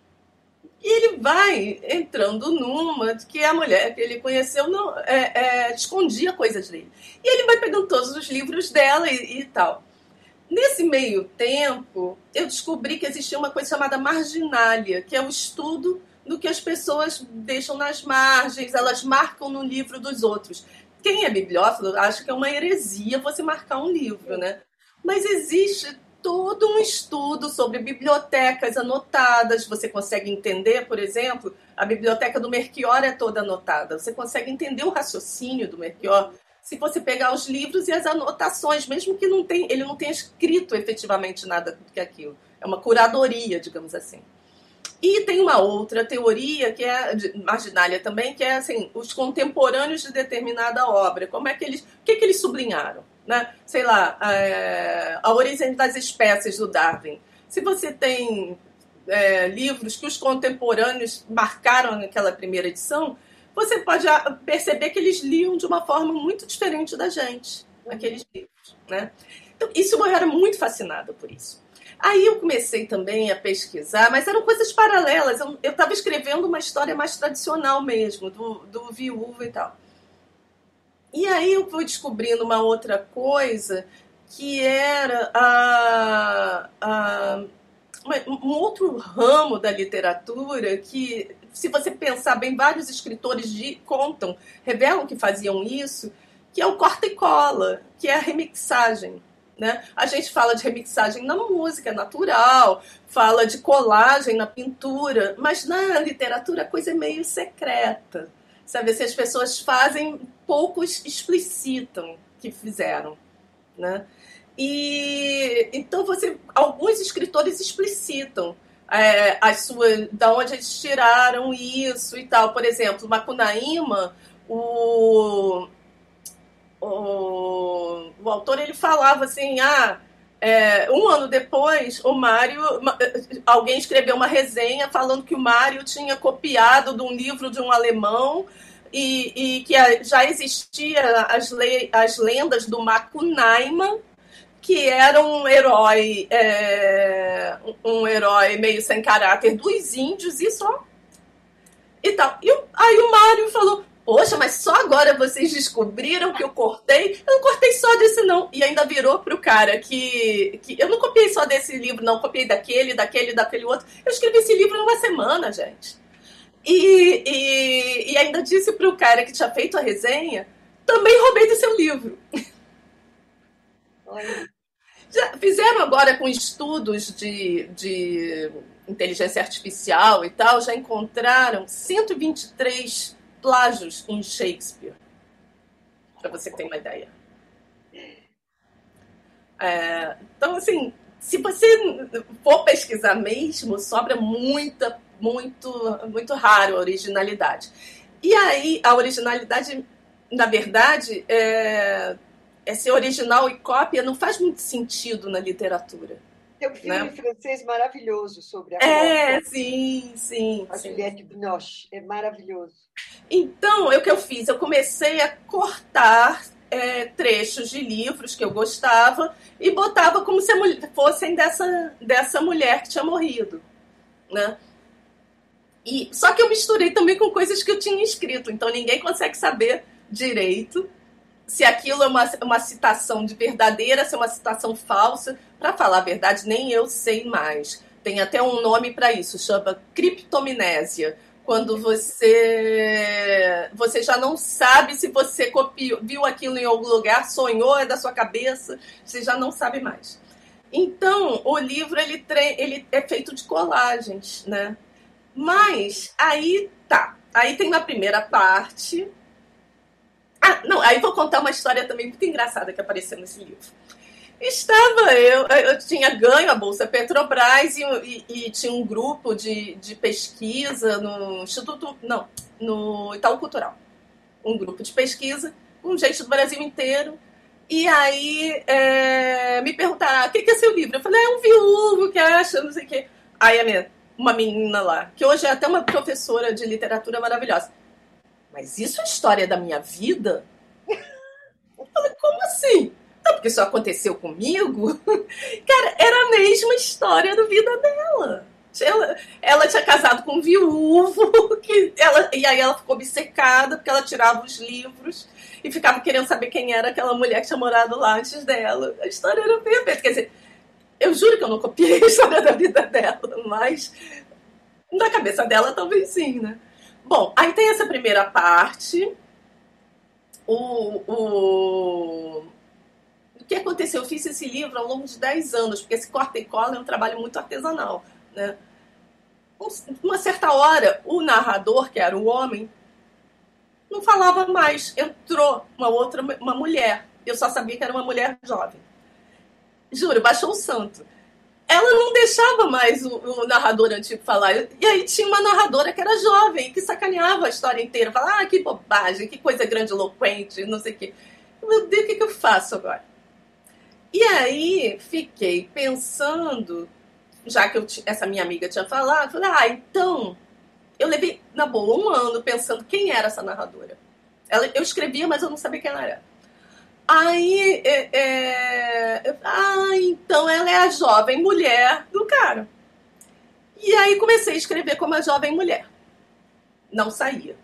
E ele vai entrando numa de que a mulher que ele conheceu não, é, é, escondia coisas dele. E ele vai pegando todos os livros dela e, e tal. Nesse meio tempo, eu descobri que existia uma coisa chamada marginália, que é o estudo do que as pessoas deixam nas margens, elas marcam no livro dos outros. Quem é bibliófilo acha que é uma heresia você marcar um livro, né? Mas existe todo um estudo sobre bibliotecas anotadas. Você consegue entender, por exemplo, a biblioteca do Melchior é toda anotada. Você consegue entender o raciocínio do Melchior se você pegar os livros e as anotações, mesmo que não tenha, ele não tenha escrito efetivamente nada do que aquilo. É uma curadoria, digamos assim. E tem uma outra teoria, que é de marginália também, que é assim, os contemporâneos de determinada obra. Como é que eles, o que, que eles sublinharam? Né? Sei lá, é, a origem das espécies do Darwin. Se você tem é, livros que os contemporâneos marcaram naquela primeira edição, você pode perceber que eles liam de uma forma muito diferente da gente, aqueles livros. Né? Então, isso eu era muito fascinada por isso. Aí eu comecei também a pesquisar, mas eram coisas paralelas. Eu estava escrevendo uma história mais tradicional mesmo, do, do viúvo e tal. E aí eu fui descobrindo uma outra coisa, que era a, a, um outro ramo da literatura que, se você pensar bem, vários escritores de, contam, revelam que faziam isso, que é o corta e cola, que é a remixagem. Né? A gente fala de remixagem na música, é natural, fala de colagem na pintura, mas na literatura a coisa é meio secreta. Sabe? Se as pessoas fazem, poucos explicitam que fizeram. Né? E então você, alguns escritores explicitam é, as suas, da onde eles tiraram isso e tal. Por exemplo, Macunaíma, o... O, o autor ele falava assim, ah, é, um ano depois o Mário, alguém escreveu uma resenha falando que o Mário tinha copiado de um livro de um alemão e, e que já existia as, le, as lendas do Macunaíma, que era um herói é, um herói meio sem caráter dos índios e só e tal. E aí o Mário falou, poxa, mas só agora vocês descobriram que eu cortei? Eu não cortei só desse, não. E ainda virou pro cara que, que... Eu não copiei só desse livro, não. Copiei daquele, daquele, daquele outro. Eu escrevi esse livro numa semana, gente. E, e, e ainda disse pro cara que tinha feito a resenha, também roubei do seu livro. Olha. Já fizeram agora com estudos de, de inteligência artificial e tal, já encontraram cento e vinte e três plágios em Shakespeare, para você ter uma ideia. É, então, assim, se você for pesquisar mesmo, sobra muita, muito, muito raro a originalidade. E aí, a originalidade, na verdade, é, é ser original e cópia não faz muito sentido na literatura. Tem um filme né? francês maravilhoso sobre a É, cópia. sim, sim. A sim. Juliette Binoche. É maravilhoso. Então, é o que eu fiz. Eu comecei a cortar é, trechos de livros que eu gostava e botava como se fossem dessa, dessa mulher que tinha morrido. Né? E, só que eu misturei também com coisas que eu tinha escrito. Então, ninguém consegue saber direito se aquilo é uma, uma citação de verdadeira, se é uma citação falsa. Para falar a verdade, nem eu sei mais. Tem até um nome para isso, chama criptomnésia. Quando você, você já não sabe se você copiou, viu aquilo em algum lugar, sonhou, é da sua cabeça, você já não sabe mais. Então, o livro ele, ele é feito de colagens, né? Mas aí tá. Aí tem na primeira parte Ah, não, aí vou contar uma história também muito engraçada que apareceu nesse livro. Estava eu, eu tinha ganho a Bolsa Petrobras e, e, e tinha um grupo de, de pesquisa no Instituto, não, no Itaú Cultural. Um grupo de pesquisa com gente do Brasil inteiro. E aí é, me perguntaram, ah, o que é seu livro? Eu falei, é um viúvo que acha, não sei o quê. Aí a minha, uma menina lá, que hoje é até uma professora de literatura maravilhosa. Mas isso é história da minha vida? Eu falei, como assim? Não, porque isso aconteceu comigo. Cara, era a mesma história da vida dela. Ela, ela tinha casado com um viúvo, que ela, e aí ela ficou obcecada, porque ela tirava os livros e ficava querendo saber quem era aquela mulher que tinha morado lá antes dela. A história era perfeita. Quer dizer, eu juro que eu não copiei a história da vida dela, mas na cabeça dela talvez sim, né? Bom, aí tem essa primeira parte. O... o... O que aconteceu? Eu fiz esse livro ao longo de dez anos, porque esse corta e cola é um trabalho muito artesanal, né? Uma certa hora, o narrador, que era o homem, não falava mais. Entrou uma outra, uma mulher. Eu só sabia que era uma mulher jovem. Juro, baixou o santo. Ela não deixava mais o, o narrador antigo falar. E aí tinha uma narradora que era jovem, que sacaneava a história inteira. Falava, ah, que bobagem, que coisa grandiloquente, não sei o quê. Meu Deus, o que, que eu faço agora? E aí fiquei pensando, já que eu t... essa minha amiga tinha falado, falei, ah, então, eu levei, na boa, um ano pensando quem era essa narradora. Ela, eu escrevia, mas eu não sabia quem ela era. Aí, é, é, eu, ah, então ela é a jovem mulher do cara. E aí comecei a escrever como a jovem mulher. Não saía.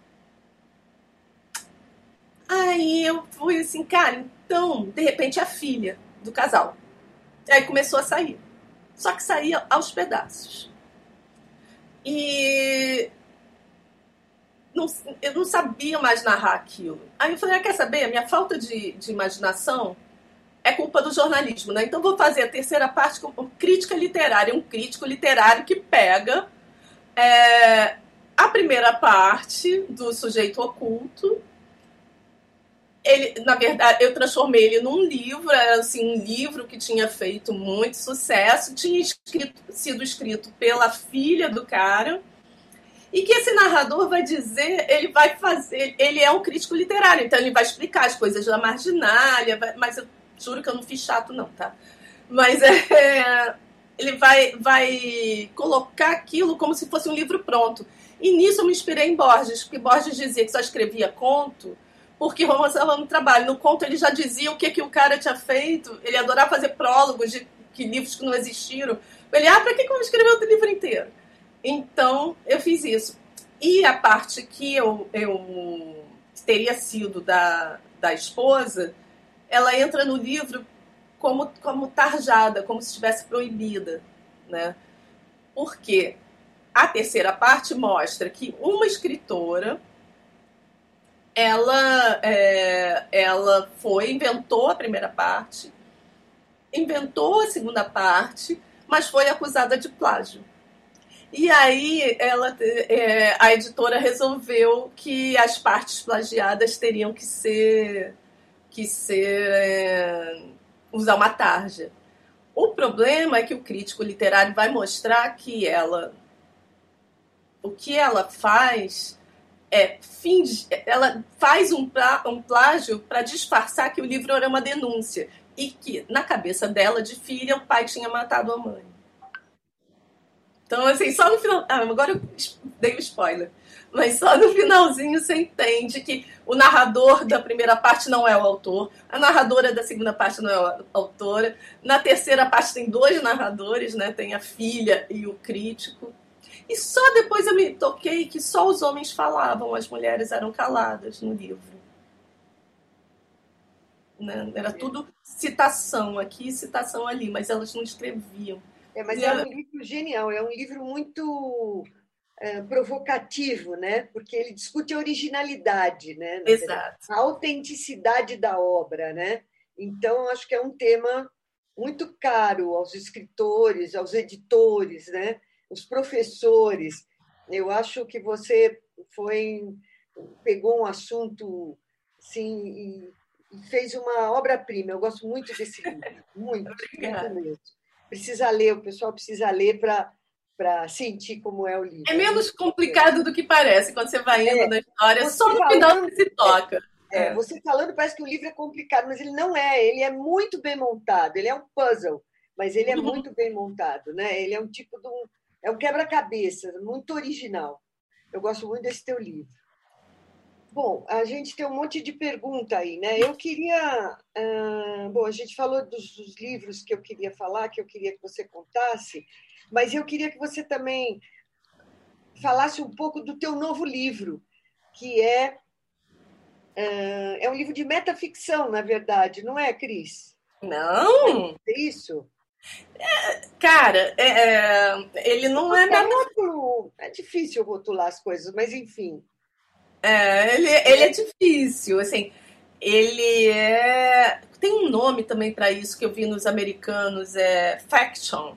Aí eu fui assim, cara, então, de repente, a filha do casal. Aí começou a sair. Só que saía aos pedaços. E não, eu não sabia mais narrar aquilo. Aí eu falei, ah, quer saber? A minha falta de, de imaginação é culpa do jornalismo, né? Então vou fazer a terceira parte com crítica literária. Um crítico literário que pega é, a primeira parte do Sujeito Oculto. Ele, na verdade, eu transformei ele num livro, era assim, um livro que tinha feito muito sucesso, tinha escrito, sido escrito pela filha do cara, e que esse narrador vai dizer, ele vai fazer, ele é um crítico literário, então ele vai explicar as coisas da marginália, vai, mas eu juro que eu não fiz chato não, tá? Mas é, ele vai, vai colocar aquilo como se fosse um livro pronto. E nisso eu me inspirei em Borges, porque Borges dizia que só escrevia conto, porque romance estava no trabalho. No conto ele já dizia o que, que o cara tinha feito. Ele adorava fazer prólogos de que livros que não existiram. Ele, ah, para que, que eu vou escrever outro livro inteiro? Então, eu fiz isso. E a parte que eu, eu teria sido da, da esposa, ela entra no livro como, como tarjada, como se estivesse proibida, né? Porque a terceira parte mostra que uma escritora Ela, é, ela foi, inventou a primeira parte, inventou a segunda parte, mas foi acusada de plágio. E aí ela, é, a editora resolveu que as partes plagiadas teriam que ser, que ser é, usar uma tarja. O problema é que o crítico literário vai mostrar que ela, o que ela faz... É, finge, ela faz um, um plágio para disfarçar que o livro era uma denúncia e que, na cabeça dela, de filha, o pai tinha matado a mãe. Então, assim, só no final... Ah, agora eu dei um spoiler. Mas só no finalzinho você entende que o narrador da primeira parte não é o autor, a narradora da segunda parte não é a autora, na terceira parte tem dois narradores, né? Tem a filha e o crítico. E só depois eu me toquei que só os homens falavam, as mulheres eram caladas no livro. Né? Era tudo citação aqui, citação ali, mas elas não escreviam. É, mas e é ela... um livro genial, é um livro muito é, provocativo, né? Porque ele discute a originalidade, né? Exato. A autenticidade da obra, né? Então, acho que é um tema muito caro aos escritores, aos editores, né? Os professores. Eu acho que você foi pegou um assunto sim, e, e fez uma obra-prima. Eu gosto muito desse livro, muito, muito mesmo. Precisa ler, o pessoal precisa ler para para sentir como é o livro. É menos complicado do que parece quando você vai indo é, na história, só no falando, final que se toca. É, é. Você falando parece que o livro é complicado, mas ele não é, ele é muito bem montado, ele é um puzzle, mas ele é uhum. muito bem montado, né? Ele é um tipo de um, é um quebra-cabeça, muito original. Eu gosto muito desse teu livro. Bom, a gente tem um monte de pergunta aí, né? Eu queria... Uh, bom, a gente falou dos, dos livros que eu queria falar, que eu queria que você contasse, mas eu queria que você também falasse um pouco do teu novo livro, que é... Uh, é um livro de metaficção, na verdade, não é, Cris? Não! É isso? É, cara, é, é, ele não é... Metaficção. É difícil rotular as coisas, mas enfim... É, ele, ele é difícil, assim, ele é... Tem um nome também para isso que eu vi nos americanos, é fiction.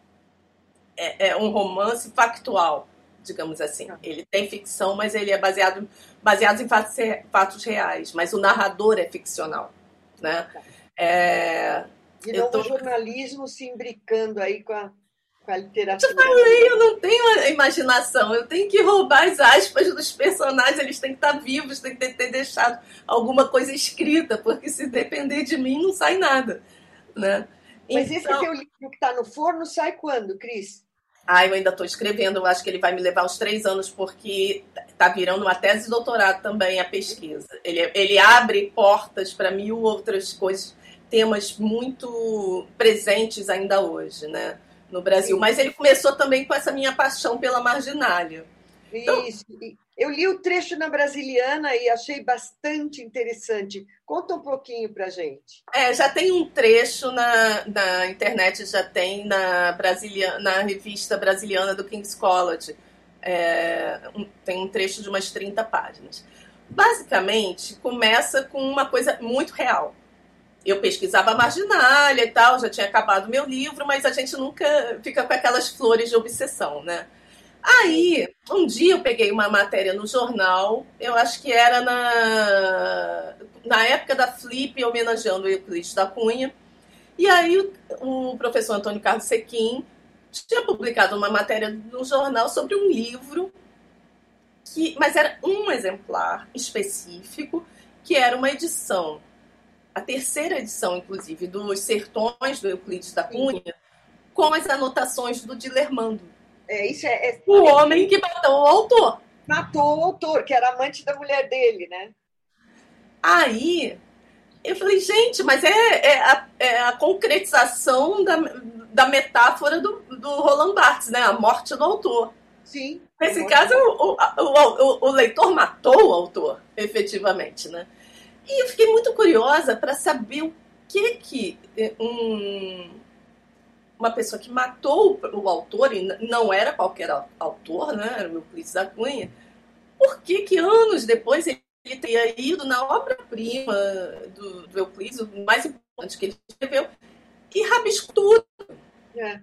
É, é um romance factual, digamos assim. Ele tem ficção, mas ele é baseado, baseado em fatos, fatos reais, mas o narrador é ficcional, né? É, e não tô... o jornalismo se imbricando aí com a... a literatura. Eu falei, eu não tenho a imaginação, eu tenho que roubar as aspas dos personagens, eles têm que estar vivos, têm que ter deixado alguma coisa escrita, porque se depender de mim não sai nada, né? Mas então... esse teu livro que está no forno sai quando, Cris? Ah, eu ainda estou escrevendo, eu acho que ele vai me levar uns três anos, porque está virando uma tese de doutorado também a pesquisa. Ele, ele abre portas para mil outras coisas, temas muito presentes ainda hoje, né? No Brasil, sim. Mas ele começou também com essa minha paixão pela marginália. Isso. Então, eu li o trecho na Brasiliana e achei bastante interessante. Conta um pouquinho pra gente. É, já tem um trecho na, na internet, já tem na, Brasilia, na revista brasiliana do King's College. É, um, tem um trecho de umas trinta páginas. Basicamente, começa com uma coisa muito real. Eu pesquisava a marginália e tal, já tinha acabado o meu livro, mas a gente nunca fica com aquelas flores de obsessão, né? Aí, um dia eu peguei uma matéria no jornal, eu acho que era na, na época da Flip, homenageando o Euclides da Cunha, e aí o, o professor Antônio Carlos Sequim tinha publicado uma matéria no jornal sobre um livro, que, mas era um exemplar específico, que era uma edição, a terceira edição, inclusive, dos Sertões do Euclides da Cunha, com as anotações do Dilermando. É, isso é, é... O homem que matou o autor. Matou o autor, que era amante da mulher dele, né? Aí, eu falei, gente, mas é, é, a, é a concretização da, da metáfora do, do Roland Barthes, né? A morte do autor. Sim. Nesse caso, o, o, o, o leitor matou o autor, efetivamente, né? E eu fiquei muito curiosa para saber o que que um, uma pessoa que matou o, o autor, e não era qualquer autor, né? Era o Euclides da Cunha, por que que anos depois ele teria ido na obra-prima do, do Euclides, o mais importante que ele escreveu, e rabiscou tudo. É.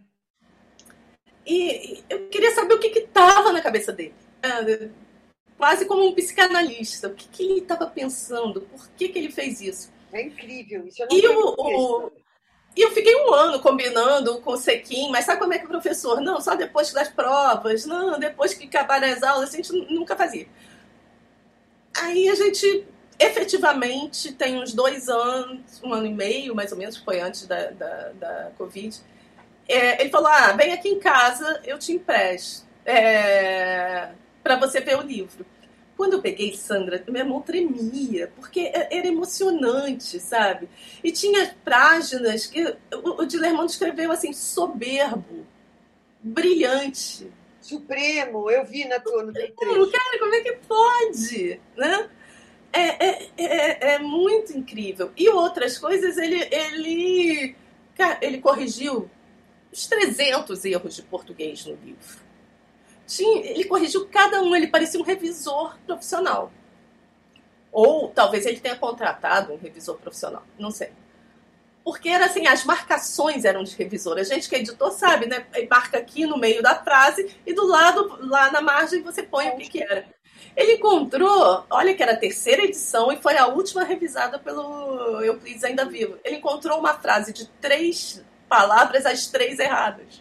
E eu queria saber o que estava na cabeça dele. Quase como um psicanalista. O que, que ele estava pensando? Por que, que ele fez isso? É incrível. Isso eu não e, o, o, e eu fiquei um ano combinando com o Sequim, mas sabe como é que o professor? Não, só depois das provas. Não, depois que acabaram as aulas. A gente nunca fazia. Aí a gente, efetivamente, tem uns dois anos, um ano e meio, mais ou menos, foi antes da, da, da Covid. É, ele falou, ah, vem aqui em casa, eu te empresto. É... para você ver o livro. Quando eu peguei, Sandra, minha mão tremia, porque era emocionante, sabe? E tinha páginas que o, o Dilermando escreveu assim, soberbo, brilhante. Supremo, eu vi na tua, no teu trecho. Cara, como é que pode? Né? É, é, é, é muito incrível. E outras coisas, ele, ele, cara, ele corrigiu uns trezentos erros de português no livro. Tinha, ele corrigiu cada um, ele parecia um revisor profissional. Ou talvez ele tenha contratado um revisor profissional, não sei. Porque era assim, as marcações eram de revisor. A gente que é editor sabe, né? Marca aqui no meio da frase e do lado, lá na margem, você põe o que, que era. Ele encontrou, olha que era a terceira edição e foi a última revisada pelo Euclides ainda vivo. Ele encontrou uma frase de três palavras, as três erradas.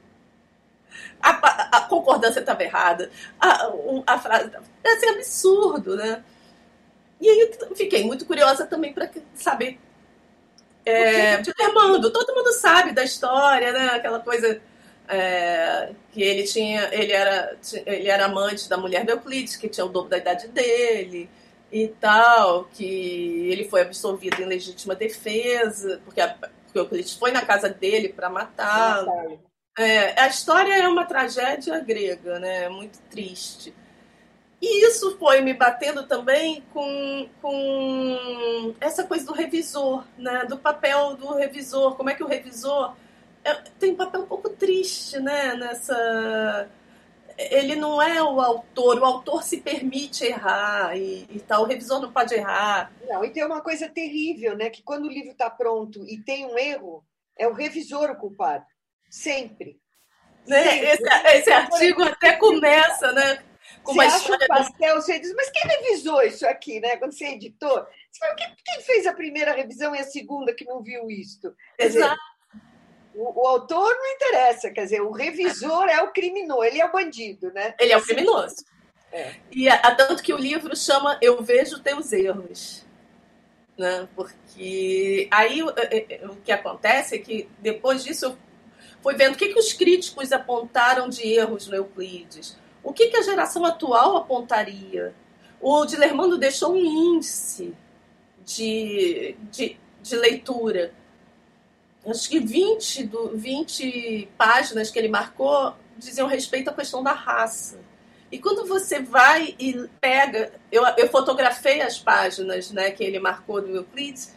A, a, a concordância estava errada, a, a frase estava... É assim, absurdo, né? E aí eu fiquei muito curiosa também para saber... É, Dilermando, todo mundo sabe da história, né? Aquela coisa... É, que ele tinha, ele era, ele era amante da mulher do Euclides, que tinha o dobro da idade dele e tal, que ele foi absolvido em legítima defesa, porque, a, porque o Euclides foi na casa dele para matá-lo. É, a história é uma tragédia grega, né? Muito triste. E isso foi me batendo também com, com essa coisa do revisor, né? Do papel do revisor, como é que o revisor É, tem um papel um pouco triste, né? Nessa... Ele não é o autor, o autor se permite errar e, e tal, o revisor não pode errar. Não, e tem uma coisa terrível, né? Que quando o livro está pronto e tem um erro, é o revisor o culpado. Sempre. Né? Sempre. Esse, esse artigo até começa, né? Com você uma acha um pastel, você diz, mas quem revisou isso aqui, né? Quando você é editor, você fala, quem, quem fez a primeira revisão e a segunda que não viu isto? Quer Exato. Dizer, O, o autor não interessa, quer dizer, o revisor é o criminoso, ele é o bandido, né? Ele é o criminoso. É. E a, tanto que o livro chama Eu Vejo Teus Erros. Né? Porque aí o, o que acontece é que depois disso eu fui vendo o que, que os críticos apontaram de erros no Euclides, o que, que a geração atual apontaria. O Dilermando deixou um índice de, de, de leitura. Acho que vinte, do, vinte páginas que ele marcou diziam respeito à questão da raça. E quando você vai e pega... Eu, eu fotografei as páginas, né, que ele marcou do Euclides.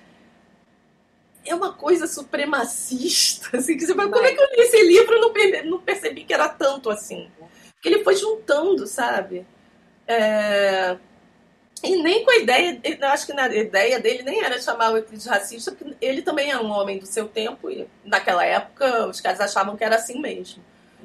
É uma coisa supremacista. Assim, que você fala, como é que eu li esse livro e não, não percebi que era tanto assim? Porque ele foi juntando, sabe? É... E nem com a ideia, eu acho que na ideia dele nem era chamar o Euclides racista, porque ele também é um homem do seu tempo, e naquela época os caras achavam que era assim mesmo.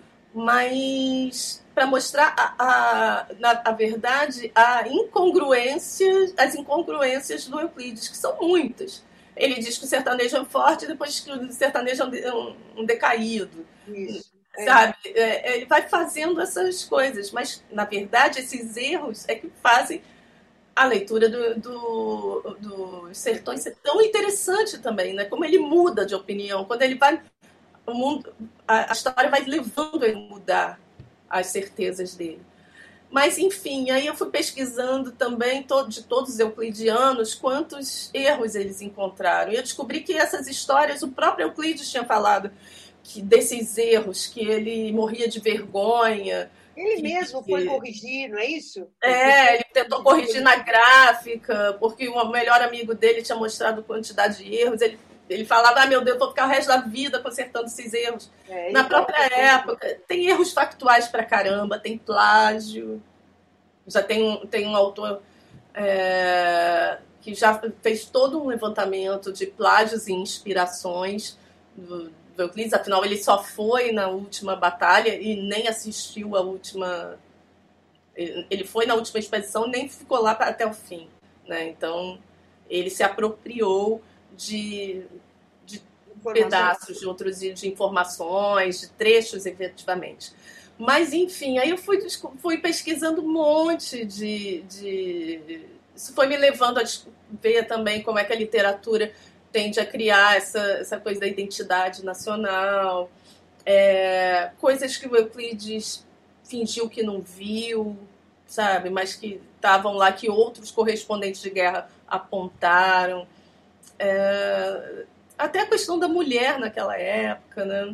Mas para mostrar a, a, na a verdade, a incongruência, as incongruências do Euclides, que são muitas. Ele diz que o sertanejo é forte, depois que o sertanejo é um, um decaído. Isso. Sabe? É, ele vai fazendo essas coisas, mas na verdade esses erros é que fazem a leitura do, do, do Sertões ser tão interessante também, né? Como ele muda de opinião, quando ele vai, o mundo, a, a história vai levando ele a mudar as certezas dele. Mas, enfim, aí eu fui pesquisando também todo, de todos os euclidianos quantos erros eles encontraram. E eu descobri que essas histórias, o próprio Euclides tinha falado que desses erros, que ele morria de vergonha. Ele que, mesmo foi corrigir, não é isso? É, ele tentou corrigir na gráfica, porque o melhor amigo dele tinha mostrado quantidade de erros. Ele, ele falava, ah, meu Deus, vou ficar o resto da vida consertando esses erros. É, na própria época, tem erros factuais pra caramba, tem plágio. Já tem um, tem um autor é, que já fez todo um levantamento de plágios e inspirações do, do Euclides. Afinal, ele só foi na última batalha e nem assistiu a última... Ele foi na última expedição e nem ficou lá até o fim. Né? Então, ele se apropriou de, de pedaços de outros, de informações, de trechos, efetivamente. Mas, enfim, aí eu fui, fui pesquisando um monte de, de... Isso foi me levando a ver também como é que a literatura tende a criar essa, essa coisa da identidade nacional, é, coisas que o Euclides fingiu que não viu, sabe? Mas que estavam lá, que outros correspondentes de guerra apontaram. É, até a questão da mulher naquela época, né?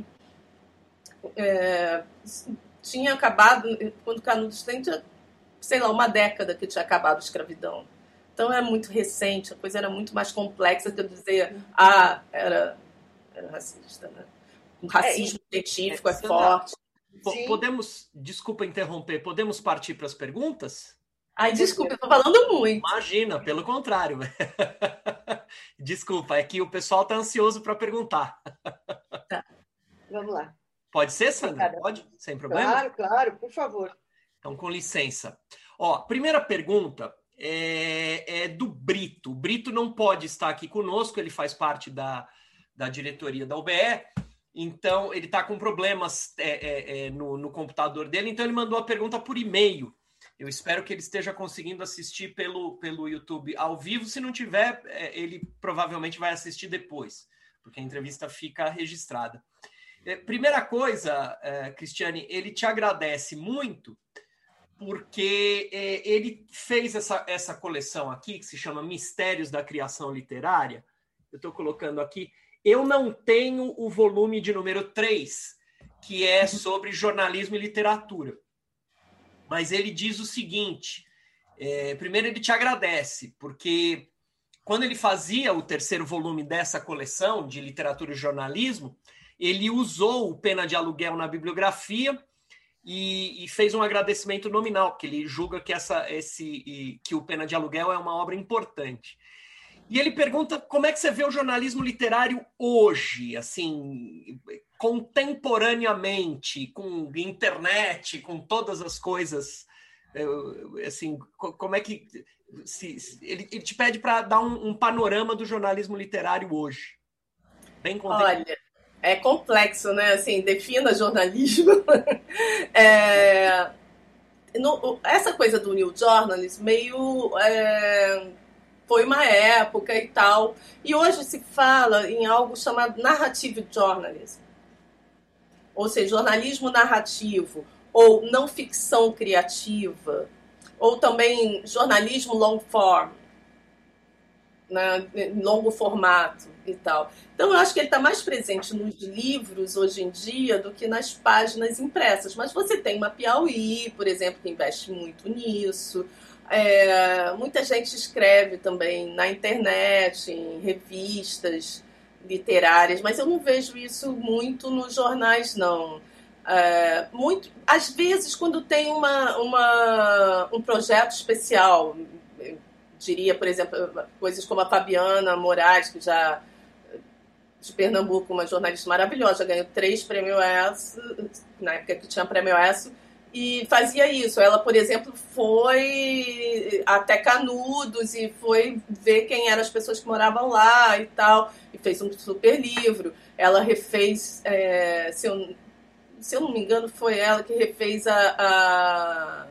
É, tinha acabado, quando Canudos tem, sei lá, uma década que tinha acabado a escravidão. Então é muito recente, a coisa era muito mais complexa que eu dizer, ah, era, era racista, né? O racismo é, científico é, é forte. Sim. Podemos, desculpa interromper, podemos partir para as perguntas? Ai, desculpa, eu estou falando muito. Imagina, pelo contrário. Desculpa, é que o pessoal está ansioso para perguntar. Tá. Vamos lá. Pode ser, Sandra? Pode? Sem problema? Claro, claro, por favor. Então, com licença. Ó, primeira pergunta é, é do Brito. O Brito não pode estar aqui conosco, ele faz parte da, da diretoria da U B E, então ele está com problemas é, é, é, no, no computador dele, então ele mandou a pergunta por e-mail. Eu espero que ele esteja conseguindo assistir pelo, pelo YouTube ao vivo. Se não tiver, é, ele provavelmente vai assistir depois, porque a entrevista fica registrada. É, primeira coisa, é, Cristiane, ele te agradece muito porque é, ele fez essa, essa coleção aqui, que se chama Mistérios da Criação Literária. Eu estou colocando aqui. Eu não tenho o volume de número três, que é sobre jornalismo e literatura. Mas ele diz o seguinte, é, primeiro ele te agradece, porque quando ele fazia o terceiro volume dessa coleção de literatura e jornalismo, ele usou o Pena de Aluguel na bibliografia e, e fez um agradecimento nominal, porque ele julga que, essa, esse, que o Pena de Aluguel é uma obra importante. E ele pergunta como é que você vê o jornalismo literário hoje, assim, contemporaneamente, com internet, com todas as coisas, assim, como é que... Se, se, ele, ele te pede para dar um, um panorama do jornalismo literário hoje. Bem contemporâneo. Olha, é complexo, né? Assim, defina jornalismo. é, no, essa coisa do New Journalism meio... É, foi uma época e tal. E hoje se fala em algo chamado narrative journalism. Ou seja, jornalismo narrativo, ou não ficção criativa, ou também jornalismo long form, né? Longo formato e tal. Então, eu acho que ele está mais presente nos livros hoje em dia do que nas páginas impressas. Mas você tem uma Piauí, por exemplo, que investe muito nisso. É, muita gente escreve também na internet, em revistas literárias, mas eu não vejo isso muito nos jornais, não. É, muito, às vezes, quando tem uma, uma, um projeto especial, eu diria, por exemplo, coisas como a Fabiana Moraes, que já, de Pernambuco, uma jornalista maravilhosa, já ganhou três prêmios ESSO, na época que tinha prêmio ESSO, e fazia isso. Ela, por exemplo, foi até Canudos e foi ver quem eram as pessoas que moravam lá e tal, e fez um super livro. Ela refez, é, se, eu, se eu não me engano, foi ela que refez a, a,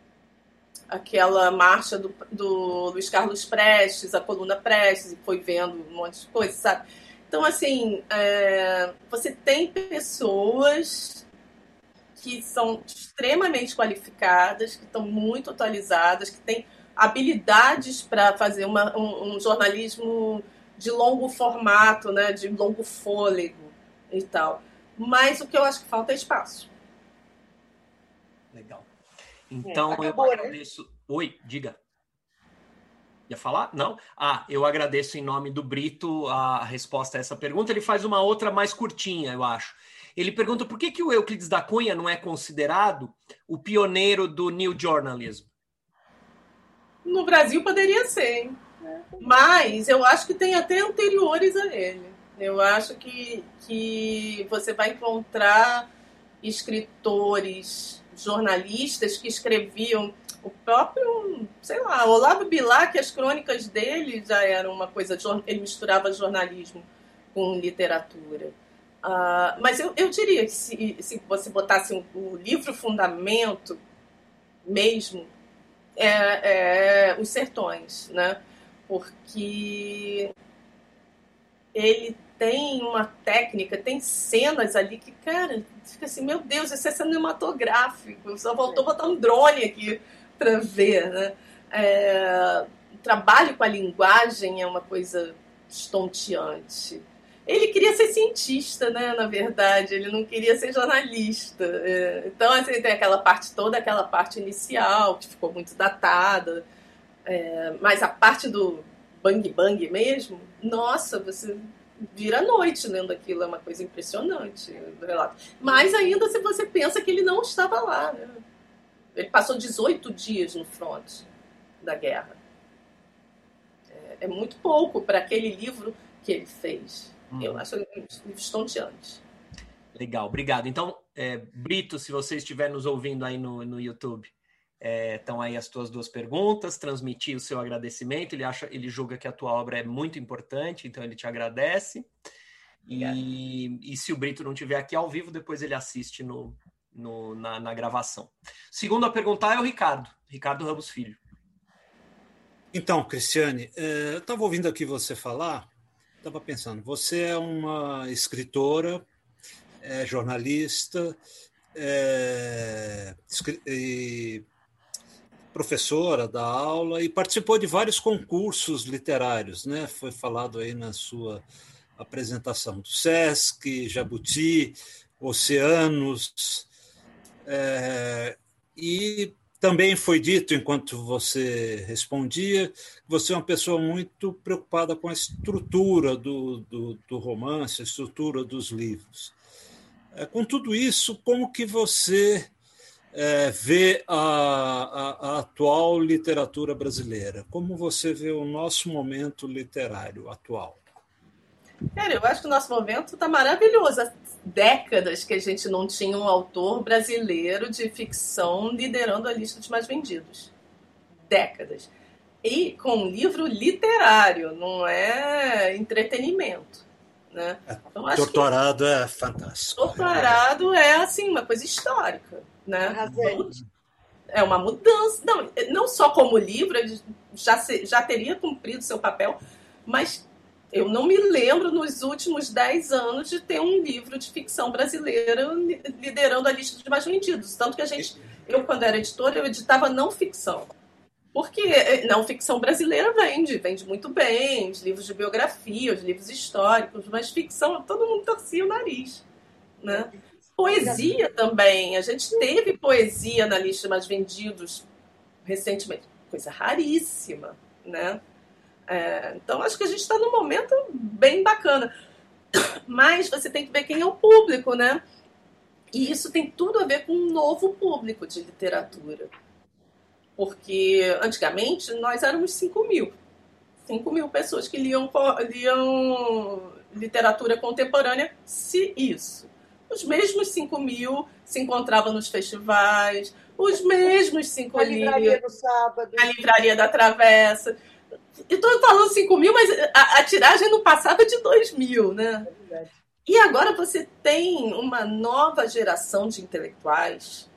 aquela marcha do, do Luiz Carlos Prestes, a coluna Prestes, e foi vendo um monte de coisa, sabe? Então, assim, é, você tem pessoas que são extremamente qualificadas, que estão muito atualizadas, que têm habilidades para fazer uma, um, um jornalismo de longo formato, né, de longo fôlego e tal. Mas o que eu acho que falta é espaço. Legal. Então, é, eu agradeço... Né? Oi, diga. Ia falar? Não? Ah, eu agradeço em nome do Brito a resposta a essa pergunta. Ele faz uma outra mais curtinha, eu acho. Ele pergunta por que, que o Euclides da Cunha não é considerado o pioneiro do New Journalism? No Brasil poderia ser, hein? Mas eu acho que tem até anteriores a ele. Eu acho que, que você vai encontrar escritores, jornalistas que escreviam o próprio, sei lá, Olavo Bilac, as crônicas dele já eram uma coisa, ele misturava jornalismo com literatura. Uh, mas eu, eu diria que se, se você botasse o um, um livro fundamento mesmo, é, é Os Sertões, né? Porque ele tem uma técnica, tem cenas ali que, cara, fica assim, meu Deus, isso é cinematográfico, só voltou a botar um drone aqui para ver, né? É, o trabalho com a linguagem é uma coisa estonteante. Ele queria ser cientista, né, na verdade, ele não queria ser jornalista. É, então, assim, tem aquela parte toda, aquela parte inicial, que ficou muito datada, é, mas a parte do bang bang mesmo, nossa, você vira a noite lendo aquilo, é uma coisa impressionante do relato. Mas ainda se você pensa que ele não estava lá, né? Ele passou dezoito dias no front da guerra. É, é muito pouco para aquele livro que ele fez. Hum. Eu acho livros estonteantes. Legal, obrigado. Então, é, Brito, se você estiver nos ouvindo aí no, no YouTube, Estão é, aí as tuas duas perguntas, transmitir o seu agradecimento. Ele acha, ele julga que a tua obra é muito importante, então ele te agradece. E, e se o Brito não estiver aqui ao vivo, depois ele assiste no, no, na, na gravação. Segundo a perguntar é o Ricardo, Ricardo Ramos Filho. Então, Cristiane, eu estava ouvindo aqui você falar, estava pensando, você é uma escritora, é jornalista, é, e professora da aula e participou de vários concursos literários, né? Foi falado aí na sua apresentação do Sesc, Jabuti, Oceanos, é, e também foi dito, enquanto você respondia, que você é uma pessoa muito preocupada com a estrutura do, do, do romance, a estrutura dos livros. É, com tudo isso, como que você é, vê a, a, a atual literatura brasileira? Como você vê o nosso momento literário atual? Cara, eu acho que o nosso momento está maravilhoso. Há décadas que a gente não tinha um autor brasileiro de ficção liderando a lista dos mais vendidos. Décadas. E com um livro literário, não é entretenimento. Né? Então, acho doutorado que é fantástico. Doutorado é assim, uma coisa histórica. Né? É uma mudança. Não, não só como livro, ele já, se, já teria cumprido seu papel, mas eu não me lembro nos últimos dez anos de ter um livro de ficção brasileira liderando a lista dos mais vendidos. Tanto que a gente, eu quando era editora, eu editava não ficção. Porque não ficção brasileira vende, vende muito bem, os livros de biografia, os livros históricos, mas ficção, todo mundo torcia o nariz. Né? Poesia também, a gente teve poesia na lista dos mais vendidos recentemente, coisa raríssima, né? É, então, acho que a gente está num momento bem bacana. Mas você tem que ver quem é o público, né? E isso tem tudo a ver com um novo público de literatura. Porque, antigamente, nós éramos cinco mil. cinco mil pessoas que liam, liam literatura contemporânea, se isso. Os mesmos cinco mil se encontravam nos festivais, os mesmos cinco mil... A livraria do sábado. A livraria da Travessa... Estou falando cinco mil, mas a, a tiragem não passava de dois mil, né? É e agora você tem uma nova geração de intelectuais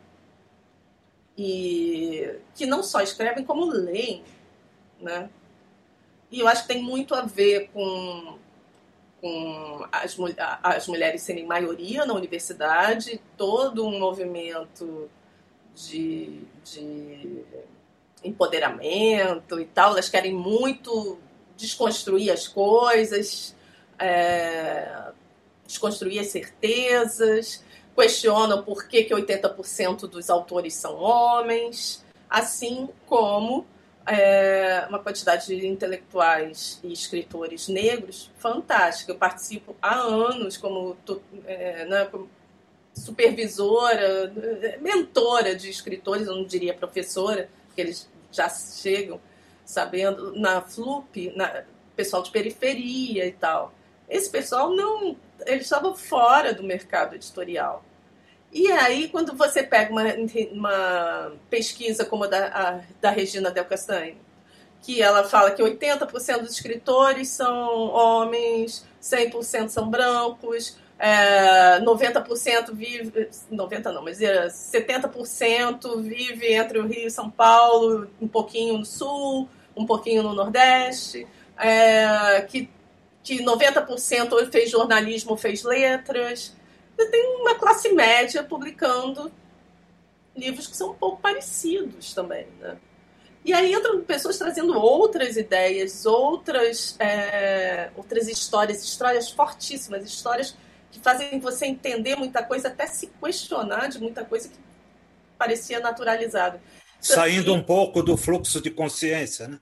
e, que não só escrevem, como leem, né? E eu acho que tem muito a ver com, com as, as mulheres serem maioria na universidade, todo um movimento de... de empoderamento e tal, elas querem muito desconstruir as coisas, é, desconstruir as certezas, questionam por que, que oitenta por cento dos autores são homens, assim como é, uma quantidade de intelectuais e escritores negros fantástica. Eu participo há anos como, é, né, como supervisora, mentora de escritores, eu não diria professora, que eles já chegam sabendo, na F L U P, na, pessoal de periferia e tal. Esse pessoal não... Eles estavam fora do mercado editorial. E aí, quando você pega uma, uma pesquisa como a da, a, da Regina Del Castanho, que ela fala que oitenta por cento dos escritores são homens, cem por cento são brancos, É, noventa por cento vive, noventa não, mas setenta por cento vive entre o Rio e São Paulo, um pouquinho no Sul, um pouquinho no Nordeste, é, que, que noventa por cento fez jornalismo, fez letras. Você tem uma classe média publicando livros que são um pouco parecidos também, né? E aí entram pessoas trazendo outras ideias, outras, é, outras histórias, histórias fortíssimas, histórias que fazem você entender muita coisa, até se questionar de muita coisa que parecia naturalizada. Saindo um pouco do fluxo de consciência, né?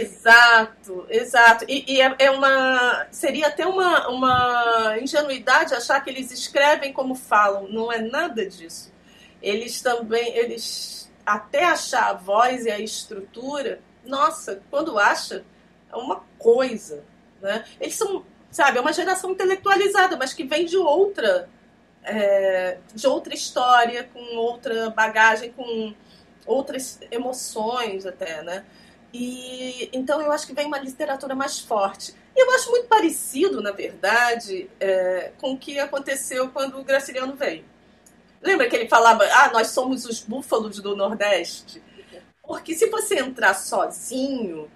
Exato, exato. E, e é, é uma, seria até uma, uma ingenuidade achar que eles escrevem como falam. Não é nada disso. Eles também, eles até achar a voz e a estrutura, nossa, quando acha, é uma coisa, né? Eles são... Sabe, é uma geração intelectualizada, mas que vem de outra, é, de outra história, com outra bagagem, com outras emoções até, né? E, então eu acho que vem uma literatura mais forte. E eu acho muito parecido, na verdade, é, com o que aconteceu quando o Graciliano veio. Lembra que ele falava, ah, nós somos os búfalos do Nordeste? Porque se você entrar sozinho,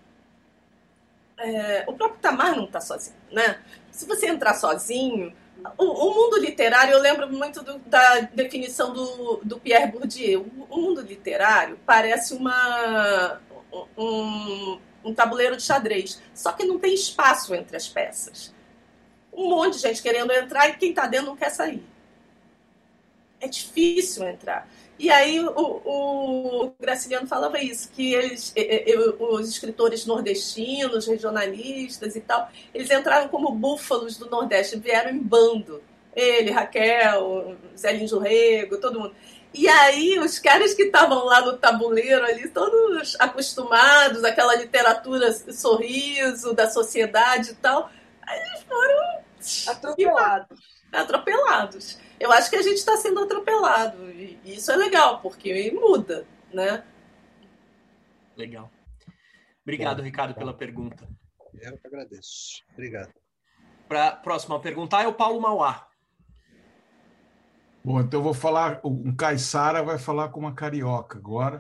é, o próprio Itamar não está sozinho, né? Se você entrar sozinho, o, o mundo literário, eu lembro muito do, da definição do, do Pierre Bourdieu. O, o mundo literário parece uma... Um, um tabuleiro de xadrez, só que não tem espaço entre as peças. Um monte de gente querendo entrar e quem está dentro não quer sair. É difícil entrar. E aí o, o, o Graciliano falava isso, que eles, os escritores nordestinos, regionalistas e tal, eles entraram como búfalos do Nordeste, vieram em bando. Ele, Raquel, Zé Lins Rego, todo mundo. E aí, os caras que estavam lá no tabuleiro ali, todos acostumados, aquela literatura sorriso da sociedade e tal, aí eles foram atropelados. atropelados. Eu acho que a gente está sendo atropelado. E isso é legal, porque muda, né? Legal. Obrigado, Ricardo, pela pergunta. Eu que agradeço. Obrigado. Para a próxima pergunta é o Paulo Mauá. Bom, então eu vou falar, um caiçara vai falar com uma carioca agora.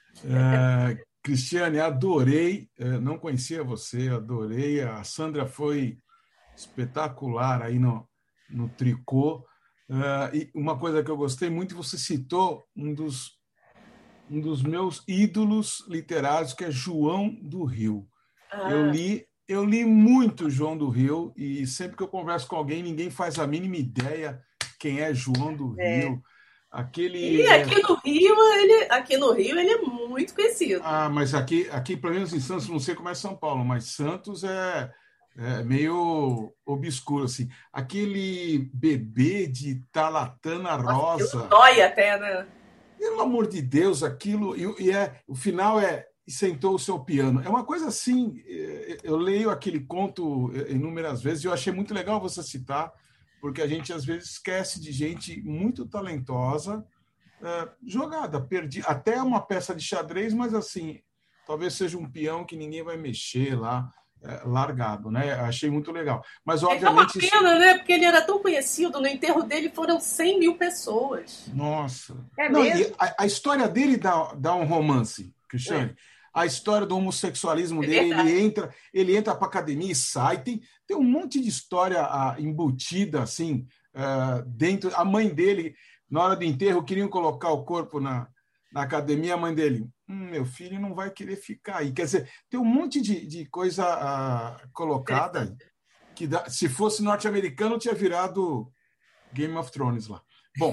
É, Cristiane, adorei, não conhecia você, adorei. A Sandra foi espetacular aí no, no tricô. É, e uma coisa que eu gostei muito, você citou um dos, um dos meus ídolos literários, que é João do Rio. Ah. Eu li, eu li muito João do Rio, e sempre que eu converso com alguém, ninguém faz a mínima ideia quem é João do Rio. É. Aquele... E aqui no Rio, ele, aqui no Rio, ele é muito conhecido. Ah, mas aqui, aqui, pelo menos em Santos, não sei como é São Paulo, mas Santos é, é meio obscuro, assim. Aquele bebê de Talatana Rosa. Nossa, dói até, né? Pelo amor de Deus, aquilo... E, e é, o final é... E sentou o seu piano. É uma coisa assim... Eu leio aquele conto inúmeras vezes e eu achei muito legal você citar, porque a gente, às vezes, esquece de gente muito talentosa, é, jogada, perdida. Até uma peça de xadrez, mas, assim, talvez seja um peão que ninguém vai mexer lá, é, largado, né? Achei muito legal. Mas, obviamente... É uma pena, isso... né? Porque ele era tão conhecido, no enterro dele foram cem mil pessoas. Nossa. É Não, mesmo? e a, a história dele dá, dá um romance, Cristiane. É. A história do homossexualismo é dele, ele entra, ele entra para a academia e sai. Tem, tem um monte de história uh, embutida assim, uh, dentro. A mãe dele, na hora do enterro, queriam colocar o corpo na, na academia. A mãe dele, hum, meu filho não vai querer ficar aí. Quer dizer, tem um monte de, de coisa uh, colocada que, dá, se fosse norte-americano, tinha virado Game of Thrones lá. Bom...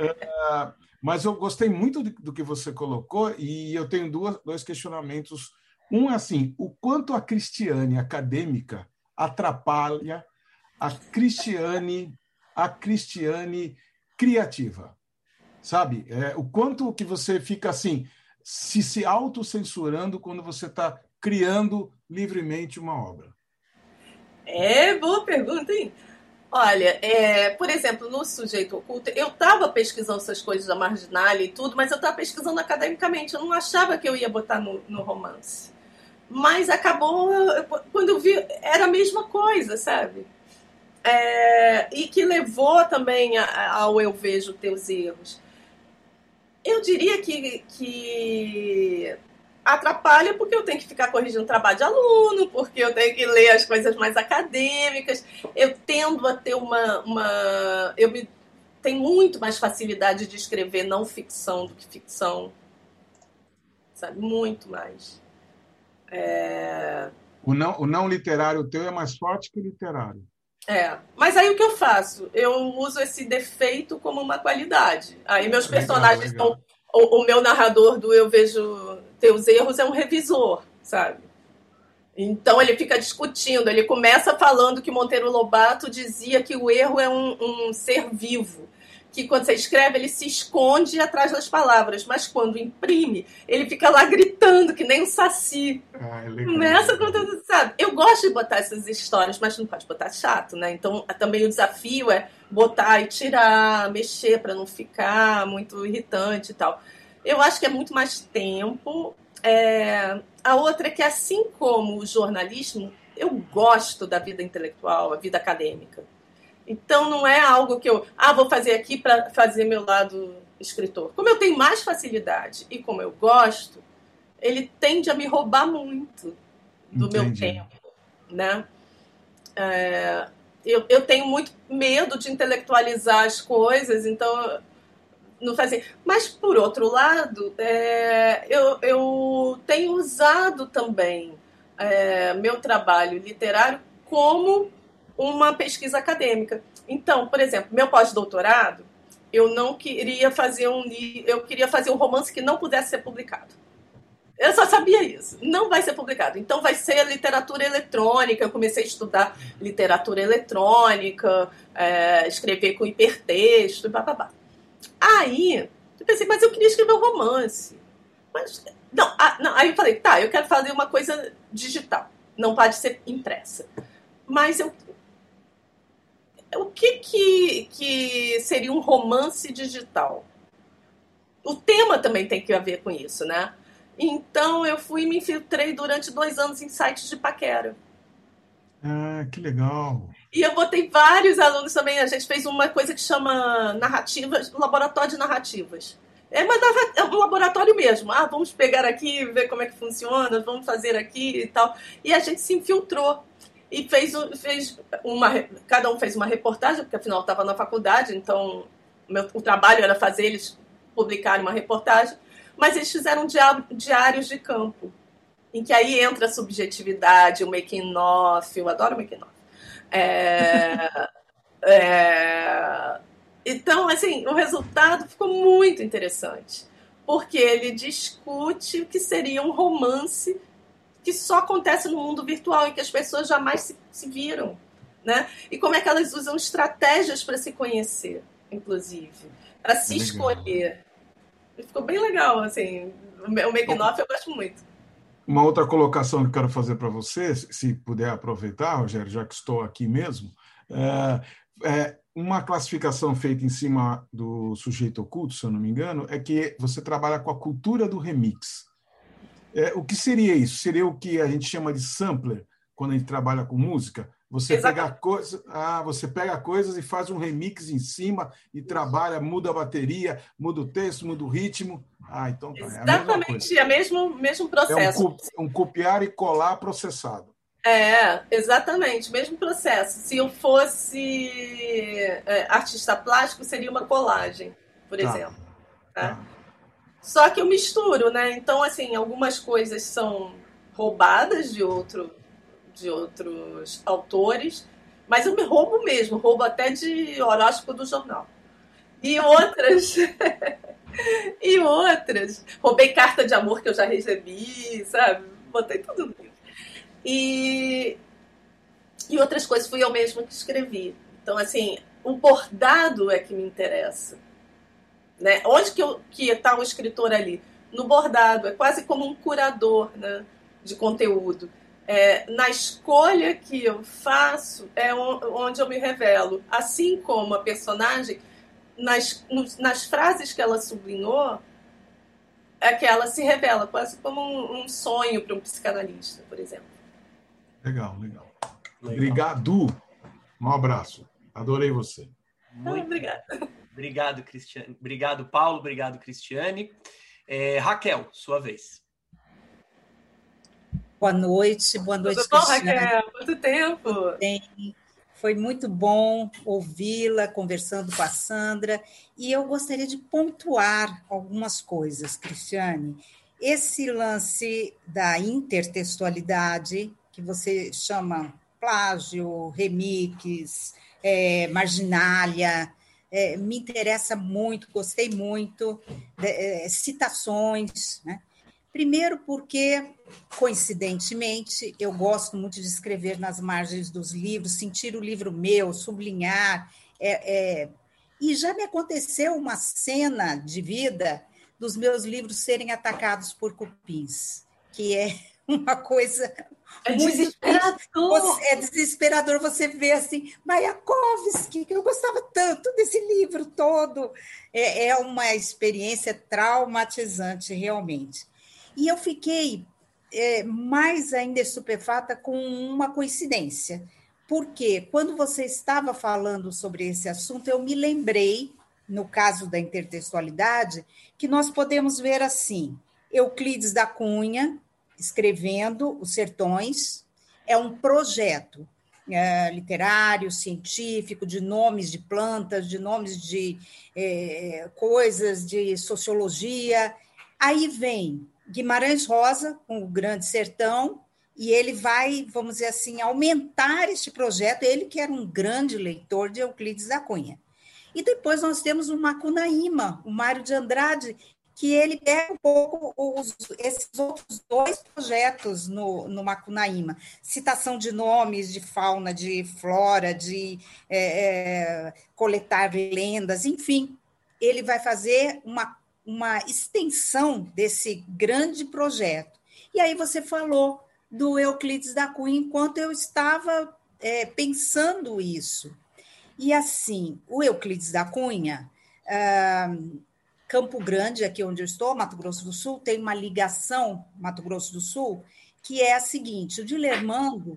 Uh, Mas eu gostei muito do que você colocou e eu tenho duas, dois questionamentos. Um é assim, o quanto a Cristiane acadêmica atrapalha a Cristiane, a Cristiane criativa, sabe? É, o quanto que você fica assim, se se autocensurando quando você está criando livremente uma obra. É, boa pergunta, hein? Olha, é, por exemplo, no Sujeito Oculto, eu estava pesquisando essas coisas da marginalia e tudo, mas eu estava pesquisando academicamente, eu não achava que eu ia botar no, no romance. Mas acabou, quando eu vi, era a mesma coisa, sabe? É, e que levou também ao Eu Vejo Teus Erros. Eu diria que... que... atrapalha porque eu tenho que ficar corrigindo trabalho de aluno, porque eu tenho que ler as coisas mais acadêmicas. Eu tendo a ter uma... uma eu me, tenho muito mais facilidade de escrever não ficção do que ficção. Sabe? Muito mais. É... O, não, o não literário teu é mais forte que o literário. É. Mas aí o que eu faço? Eu uso esse defeito como uma qualidade. Aí meus personagens legal, legal. são... O, o meu narrador do Eu Vejo Teus Erros é um revisor, sabe? Então ele fica discutindo, ele começa falando que Monteiro Lobato dizia que o erro é um, um ser vivo, que quando você escreve ele se esconde atrás das palavras, mas quando imprime ele fica lá gritando que nem um saci. Ah, é legal. Começa contando, sabe? Eu gosto de botar essas histórias, mas não pode botar chato, né? Então também o desafio é botar e tirar, mexer para não ficar muito irritante e tal. Eu acho que é muito mais tempo. É... A outra é que, assim como o jornalismo, eu gosto da vida intelectual, a vida acadêmica. Então, não é algo que eu ah, vou fazer aqui para fazer meu lado escritor. Como eu tenho mais facilidade e como eu gosto, ele tende a me roubar muito do Entendi. meu tempo. Né? É... Eu, eu tenho muito medo de intelectualizar as coisas, então não fazer. Mas, por outro lado, é, eu, eu tenho usado também é, meu trabalho literário como uma pesquisa acadêmica. Então, por exemplo, meu pós-doutorado, eu não queria fazer um eu queria fazer um romance que não pudesse ser publicado. Eu só sabia isso. Não vai ser publicado. Então vai ser literatura eletrônica. Eu comecei a estudar literatura eletrônica, é, escrever com hipertexto e bababá. Aí eu pensei, mas eu queria escrever um romance. Mas, não, ah, não, aí eu falei, tá, eu quero fazer uma coisa digital. Não pode ser impressa. Mas eu... O que, que, que seria um romance digital? O tema também tem que ver com isso, né? Então, eu fui e me infiltrei durante dois anos em sites de paquera. Ah, que legal. E eu botei vários alunos também. A gente fez uma coisa que chama narrativas, laboratório de narrativas. É, uma, é um laboratório mesmo. Ah, vamos pegar aqui, ver como é que funciona, vamos fazer aqui e tal. E a gente se infiltrou. E fez, fez uma... Cada um fez uma reportagem, porque afinal estava na faculdade, então o, meu, o trabalho era fazer eles publicarem uma reportagem. Mas eles fizeram diários de campo, em que aí entra a subjetividade, o making-off. Eu adoro making-off. É, é, então, assim, o resultado ficou muito interessante, porque ele discute o que seria um romance que só acontece no mundo virtual, em que as pessoas jamais se, se viram, né? E como é que elas usam estratégias para se conhecer, inclusive, para se é escolher. Ficou bem legal, assim. O making-off eu gosto muito. Uma outra colocação que eu quero fazer para você, se puder aproveitar, Rogério, já que estou aqui mesmo, é, é uma classificação feita em cima do sujeito oculto, se eu não me engano, é que você trabalha com a cultura do remix. É, o que seria isso? Seria o que a gente chama de sampler, quando a gente trabalha com música? Você pega, coisa, ah, você pega coisas e faz um remix em cima e trabalha, muda a bateria, muda o texto, muda o ritmo. Ah, então tá. É a Exatamente, é o mesmo, mesmo processo. É um, um copiar e colar processado. É, exatamente, mesmo processo. Se eu fosse é, artista plástico, seria uma colagem, por tá. exemplo. Tá? Tá. Só que eu misturo, né? Então, assim, algumas coisas são roubadas de outro... de outros autores, mas eu me roubo mesmo, roubo até de horóscopo do jornal. E outras... e outras... Roubei carta de amor que eu já recebi, sabe? Botei tudo no livro. E... e outras coisas fui eu mesma que escrevi. Então, assim, o bordado é que me interessa. Né? Onde que, eu, que está o escritor ali? No bordado. É quase como um curador, né, de conteúdo. É, na escolha que eu faço é onde eu me revelo. Assim como a personagem, nas, nas frases que ela sublinhou, é que ela se revela, quase como um, um sonho para um psicanalista, por exemplo. Legal, legal. legal. Obrigado. Um abraço. Adorei você. Muito ah, obrigada. Obrigado, Cristiane. Obrigado, Paulo. Obrigado, Cristiane. É, Raquel, sua vez. Boa noite, boa noite, Tudo bom, Raquel? Quanto tempo? Bem, foi muito bom ouvi-la, conversando com a Sandra, e eu gostaria de pontuar algumas coisas, Cristiane. Esse lance da intertextualidade, que você chama plágio, remix, é, marginália, é, me interessa muito, gostei muito, é, citações, né? Primeiro porque, coincidentemente, eu gosto muito de escrever nas margens dos livros, sentir o livro meu, sublinhar. É, é, e já me aconteceu uma cena de vida dos meus livros serem atacados por cupins, que é uma coisa É muito desesperador. Você, é desesperador você ver assim, Mayakovsky, que eu gostava tanto desse livro todo. É, é uma experiência traumatizante, realmente. E eu fiquei é, mais ainda estupefata com uma coincidência, porque quando você estava falando sobre esse assunto, eu me lembrei, no caso da intertextualidade, que nós podemos ver assim, Euclides da Cunha, escrevendo Os Sertões, é um projeto é, literário, científico, de nomes de plantas, de nomes de é, coisas, de sociologia. Aí vem Guimarães Rosa, com o Grande Sertão, e ele vai, vamos dizer assim, aumentar este projeto, ele que era um grande leitor de Euclides da Cunha. E depois nós temos o Macunaíma, o Mário de Andrade, que ele pega um pouco os, esses outros dois projetos no, no Macunaíma. Citação de nomes, de fauna, de flora, de é, é, coletar lendas, enfim. Ele vai fazer uma, uma extensão desse grande projeto. E aí você falou do Euclides da Cunha, enquanto eu estava é, pensando isso. E assim, o Euclides da Cunha... Ah, Campo Grande, aqui onde eu estou, Mato Grosso do Sul, tem uma ligação, Mato Grosso do Sul, que é a seguinte, o Dilermando,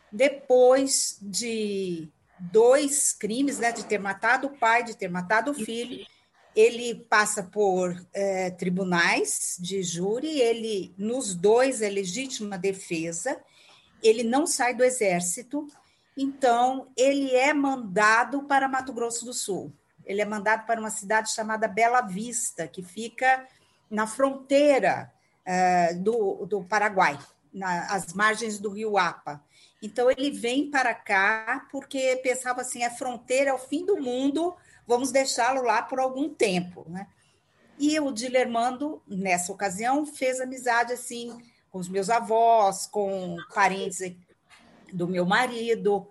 depois de dois crimes, né, de ter matado o pai, de ter matado o filho, ele passa por é, tribunais de júri, ele, nos dois, é legítima defesa, ele não sai do exército, então ele é mandado para Mato Grosso do Sul. Ele é mandado para uma cidade chamada Bela Vista, que fica na fronteira uh, do, do Paraguai, nas margens do rio Apa. Então, ele vem para cá porque pensava assim, a fronteira é o fim do mundo, vamos deixá-lo lá por algum tempo, né? E o Dilermando, nessa ocasião, fez amizade assim, com os meus avós, com parentes do meu marido.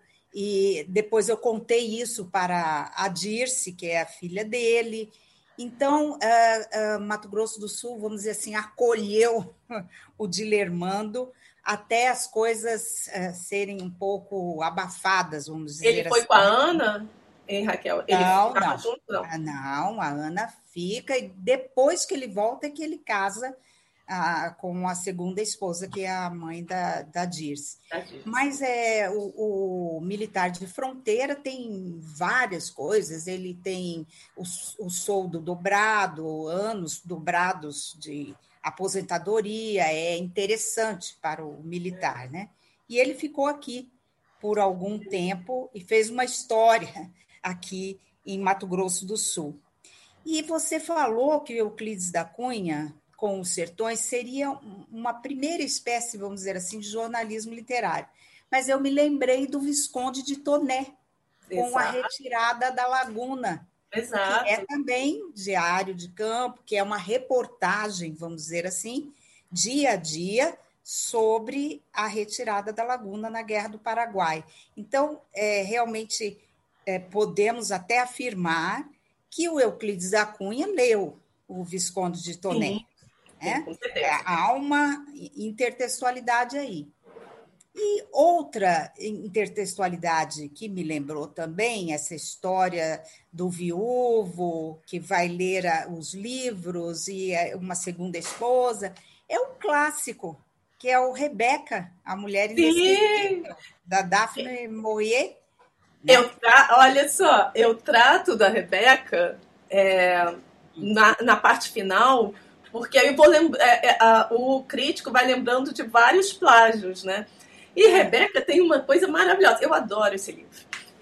E depois eu contei isso para a Dirce, que é a filha dele. Então, uh, uh, Mato Grosso do Sul, vamos dizer assim, acolheu o Dilermando até as coisas uh, serem um pouco abafadas, vamos dizer assim. Ele foi assim. Com a Ana, hein, Raquel? Ele não, não. Junto, não. Não, a Ana fica, e depois que ele volta é que ele casa A, com a segunda esposa, que é a mãe da, da Dirce. Mas é, o, o militar de fronteira tem várias coisas, ele tem o, o soldo dobrado, anos dobrados de aposentadoria, é interessante para o militar, né? E ele ficou aqui por algum tempo e fez uma história aqui em Mato Grosso do Sul. E você falou que Euclides da Cunha, com Os Sertões, seria uma primeira espécie, vamos dizer assim, de jornalismo literário. Mas eu me lembrei do Visconde de Toné, com Exato. A Retirada da Laguna, Exato. que é também diário de campo, que é uma reportagem, vamos dizer assim, dia a dia, sobre a retirada da Laguna na Guerra do Paraguai. Então, é, realmente, é, podemos até afirmar que o Euclides da Cunha leu o Visconde de Toné. Sim. É? Há uma intertextualidade aí. E outra intertextualidade que me lembrou também, essa história do viúvo que vai ler os livros e uma segunda esposa, é um clássico, que é o Rebeca, a mulher inesquecível, da Daphne Maurier. Né? Eu tra... Olha só, eu trato da Rebeca é, na, na parte final... Porque aí eu vou lembra- é, é, a, o crítico vai lembrando de vários plágios, né? E Rebeca tem uma coisa maravilhosa. Eu adoro esse livro.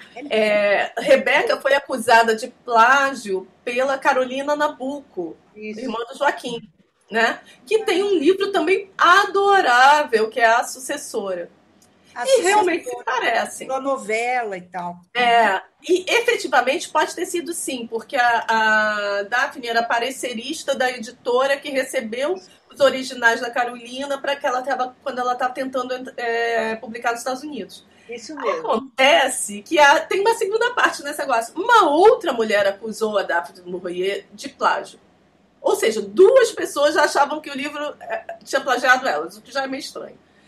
É, Rebeca foi acusada de plágio pela Carolina Nabuco, Isso. irmã do Joaquim, né? Que tem um livro também adorável, que é A Sucessora. A e realmente se parecem. Uma novela e tal. É, e efetivamente pode ter sido sim, porque a, a Daphne era parecerista da editora que recebeu os originais da Carolina para que ela tava, quando ela estava tentando é, publicar nos Estados Unidos. Isso mesmo. Acontece que a, tem uma segunda parte nesse negócio. Uma outra mulher acusou a Daphne du Maurier de plágio. Ou seja, duas pessoas já achavam que o livro é, tinha plagiado elas, o que já é meio estranho.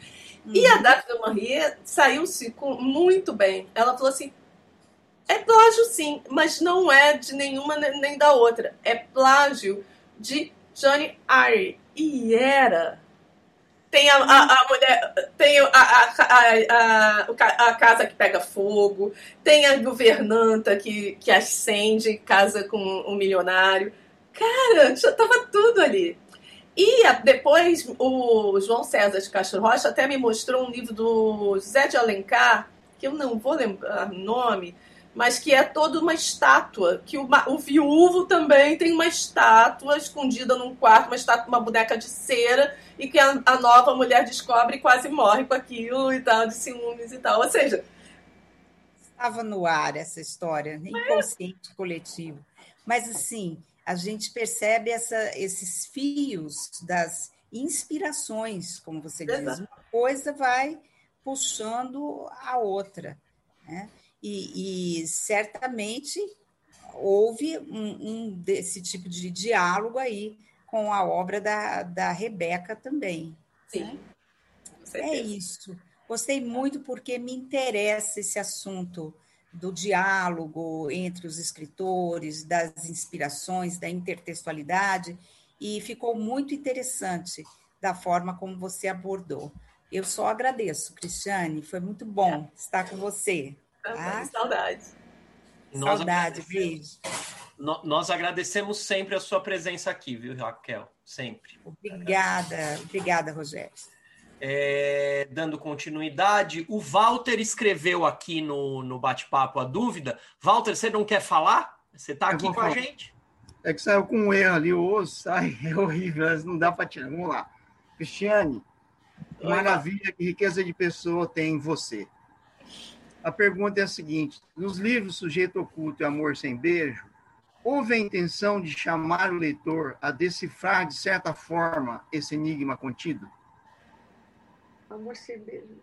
Uhum. E a Daphne du Maurier saiu-se muito bem. Ela falou assim, é plágio sim, mas não é de nenhuma nem da outra. É plágio de Johnny Arry. E era. Tem a, a, a mulher, tem a, a, a, a, a casa que pega fogo, tem a governanta que, que acende casa com um milionário. Cara, já estava tudo ali. E a, depois o João César de Castro Rocha até me mostrou um livro do José de Alencar, que eu não vou lembrar o nome, mas que é toda uma estátua, que o, o viúvo também tem uma estátua escondida num quarto, uma estátua, uma boneca de cera, e que a, a nova mulher descobre e quase morre com aquilo e tal, de ciúmes e tal. Ou seja... Estava no ar essa história, inconsciente é. coletivo. Mas, assim, a gente percebe essa, esses fios das inspirações, como você diz. Exato. Uma coisa vai puxando a outra, né? E, e certamente houve um, um desse tipo de diálogo aí com a obra da, da Rebeca também. Sim. Né? É isso. Gostei muito porque me interessa esse assunto do diálogo entre os escritores, das inspirações, da intertextualidade, e ficou muito interessante da forma como você abordou. Eu só agradeço, Cristiane, foi muito bom é. estar com você. Ah, saudade. Nós Saudade, beijo. Nós agradecemos sempre a sua presença aqui, viu, Raquel? Sempre. Obrigada, obrigada, Rogério. É, dando continuidade, o Walter escreveu aqui no, no bate-papo a dúvida. Walter, você não quer falar? Você está aqui com falar. a gente? É que saiu com um erro ali, o osso sai, é horrível, não dá para tirar. Vamos lá. Cristiane, que maravilha, que riqueza de pessoa tem em você. A pergunta é a seguinte: nos livros Sujeito Oculto e Amor Sem Beijo, houve a intenção de chamar o leitor a decifrar, de certa forma, esse enigma contido? Amor Sem Beijo.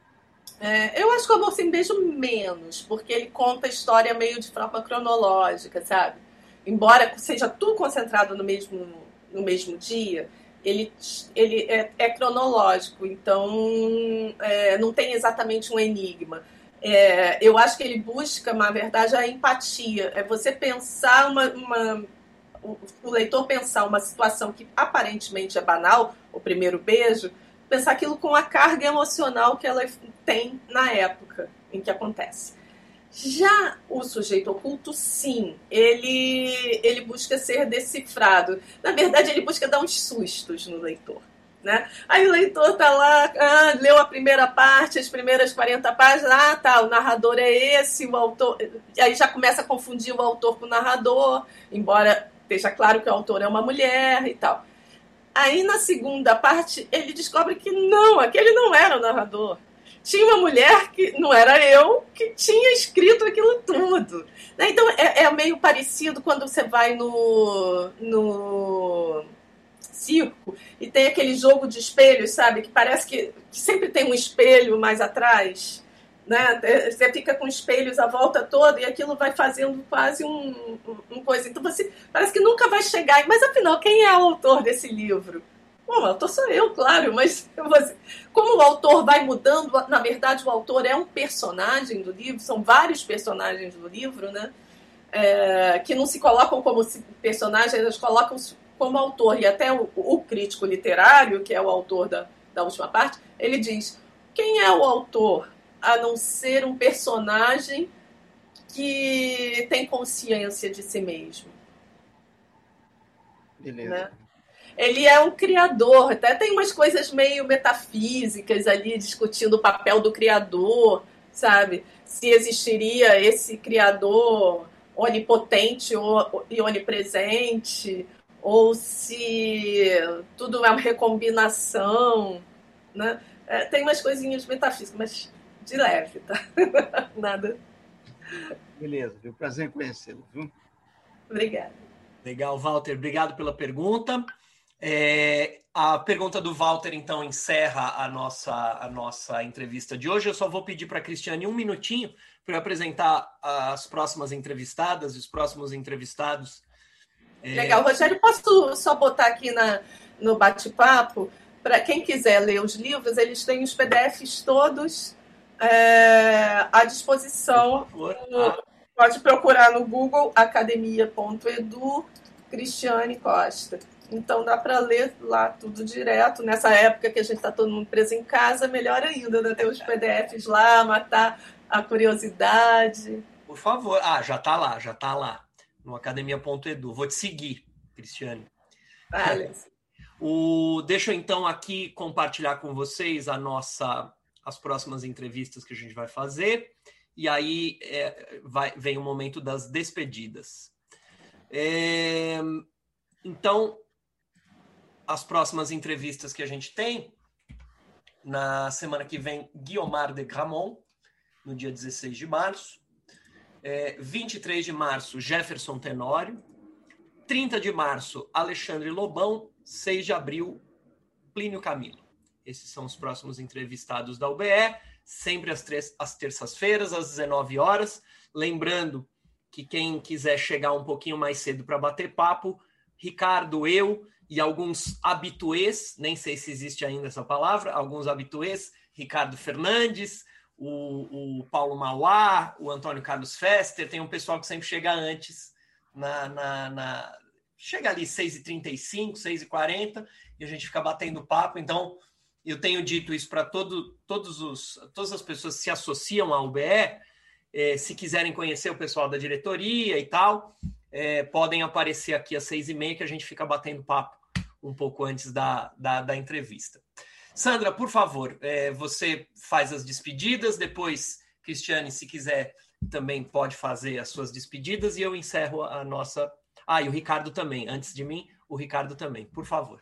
É, eu acho que o Amor Sem Beijo menos, porque ele conta a história meio de forma cronológica, sabe? Embora seja tudo concentrado no mesmo, no mesmo dia, ele, ele é, é cronológico, então é, não tem exatamente um enigma. É, eu acho que ele busca, na verdade, a empatia. É você pensar uma, uma... O leitor pensar uma situação que aparentemente é banal, o primeiro beijo, pensar aquilo com a carga emocional que ela tem na época em que acontece. Já o Sujeito Oculto, sim, ele, ele busca ser decifrado. Na verdade, ele busca dar uns sustos no leitor. Né? Aí o leitor tá lá, ah, leu a primeira parte, as primeiras quarenta páginas, ah, tá, o narrador é esse, o autor... Aí já começa a confundir o autor com o narrador, embora esteja claro que o autor é uma mulher e tal. Aí na segunda parte ele descobre que não, aquele não era o narrador. Tinha uma mulher que não era eu, que tinha escrito aquilo tudo. Né? Então é, é meio parecido quando você vai no... no... circo, e tem aquele jogo de espelhos, sabe? Que parece que, que sempre tem um espelho mais atrás, né? Você fica com espelhos à volta toda e aquilo vai fazendo quase um, um, um coisa. Então você parece que nunca vai chegar. Mas afinal, quem é o autor desse livro? Bom, o autor sou eu, claro, mas você, como o autor vai mudando, na verdade o autor é um personagem do livro, são vários personagens do livro, né? É, que não se colocam como personagens, eles colocam como autor, e até o, o crítico literário, que é o autor da, da última parte, ele diz, quem é o autor, a não ser um personagem que tem consciência de si mesmo? Beleza. Né? Ele é um criador, até tem umas coisas meio metafísicas ali, discutindo o papel do criador, sabe? Se existiria esse criador onipotente e onipresente, ou se tudo é uma recombinação, né? É, tem umas coisinhas metafísicas, mas de leve, tá? Nada. Beleza, foi um prazer conhecê-lo, viu? Obrigada. Legal, Walter, obrigado pela pergunta. É, a pergunta do Walter, então, encerra a nossa, a nossa entrevista de hoje. Eu só vou pedir para a Cristiane um minutinho para eu apresentar as próximas entrevistadas e os próximos entrevistados. Legal, Rogério, posso só botar aqui na, no bate-papo? para quem quiser ler os livros, eles têm os P D Fs todos é, à disposição. No, pode procurar no Google academia ponto edu Cristiane Costa. Então dá para ler lá tudo direto. Nessa época que a gente está todo mundo preso em casa, melhor ainda, né? Ter os P D Fs lá, matar a curiosidade. Por favor. Ah, já está lá, já está lá. No academia ponto edu. Vou te seguir, Cristiane. Vale. O, deixa eu então aqui compartilhar com vocês a nossa, as próximas entrevistas que a gente vai fazer. E aí é, vai, vem o momento das despedidas. É, então, as próximas entrevistas que a gente tem, na semana que vem, Guiomar de Gramont, no dia dezesseis de março. É, vinte e três de março, Jefferson Tenório. trinta de março, Alexandre Lobão. seis de abril, Plínio Camilo. Esses são os próximos entrevistados da U B E, sempre às, três, às terças-feiras, às dezenove horas. Lembrando que quem quiser chegar um pouquinho mais cedo para bater papo, Ricardo, eu e alguns habituês, nem sei se existe ainda essa palavra, alguns habituês, Ricardo Fernandes, o, o Paulo Mauá, o Antônio Carlos Fester, tem um pessoal que sempre chega antes, na, na, na... chega ali seis e trinta e cinco, seis e quarenta, e a gente fica batendo papo. Então, eu tenho dito isso para todo, todos os, todas as pessoas que se associam à U B E, eh, se quiserem conhecer o pessoal da diretoria e tal, eh, podem aparecer aqui às seis e meia, que a gente fica batendo papo um pouco antes da, da, da entrevista. Sandra, por favor, eh, você faz as despedidas, depois, Cristiane, se quiser, também pode fazer as suas despedidas, e eu encerro a nossa... Ah, e o Ricardo também, antes de mim, o Ricardo também, por favor.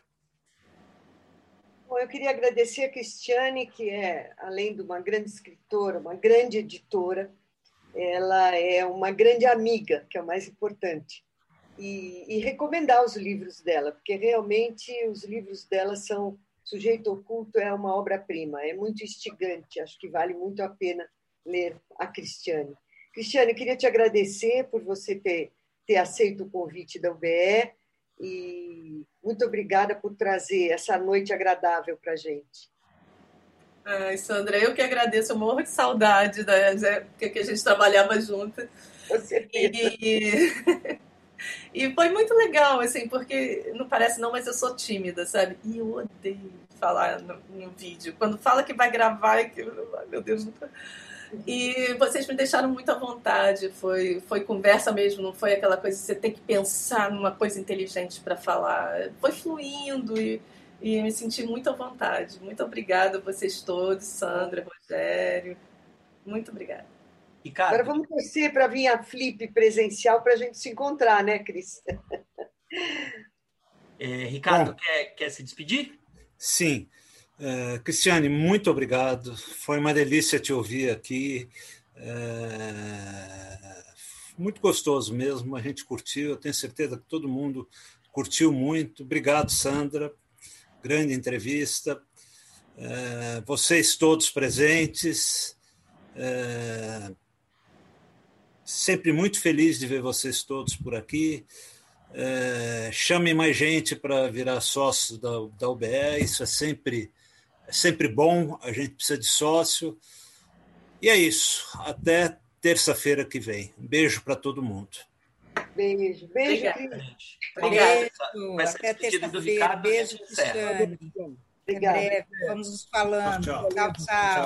Bom, eu queria agradecer a Cristiane, que é, além de uma grande escritora, uma grande editora, ela é uma grande amiga, que é o mais importante, e, e recomendar os livros dela, porque realmente os livros dela são... Sujeito Oculto é uma obra-prima, é muito instigante, acho que vale muito a pena ler a Cristiane. Cristiane, eu queria te agradecer por você ter, ter aceito o convite da U B E e muito obrigada por trazer essa noite agradável para a gente. Ai, Sandra, eu que agradeço, eu morro de saudade da época que a gente trabalhava junto. Com certeza. E... E foi muito legal, assim, porque não parece não, mas eu sou tímida, sabe? E eu odeio falar no, no vídeo. Quando fala que vai gravar, é que, ai, meu Deus, não tá... E vocês me deixaram muito à vontade, foi, foi conversa mesmo, não foi aquela coisa que você tem que pensar numa coisa inteligente para falar. Foi fluindo e, e me senti muito à vontade. Muito obrigada a vocês todos, Sandra, Rogério. Muito obrigada. Ricardo. Agora vamos torcer para vir a Flip presencial para a gente se encontrar, né, Cris? É, Ricardo, quer, quer se despedir? Sim. Uh, Cristiane, muito obrigado. Foi uma delícia te ouvir aqui. Uh, muito gostoso mesmo, a gente curtiu. Eu tenho certeza que todo mundo curtiu muito. Obrigado, Sandra. Grande entrevista. Uh, vocês todos presentes. Uh, sempre muito feliz de ver vocês todos por aqui. É, chame mais gente para virar sócio da, da U B E, isso é sempre, é sempre bom, a gente precisa de sócio. E é isso, até terça-feira que vem. Um beijo para todo mundo. Beijo, beijo, Obrigada. Cris. Obrigada. Com essa Até despedida do terça-feira. Ricardo, Beijo, a gente encerra. Cristiane. Até breve, vamos nos falando. Tchau, tchau. Tchau, tchau.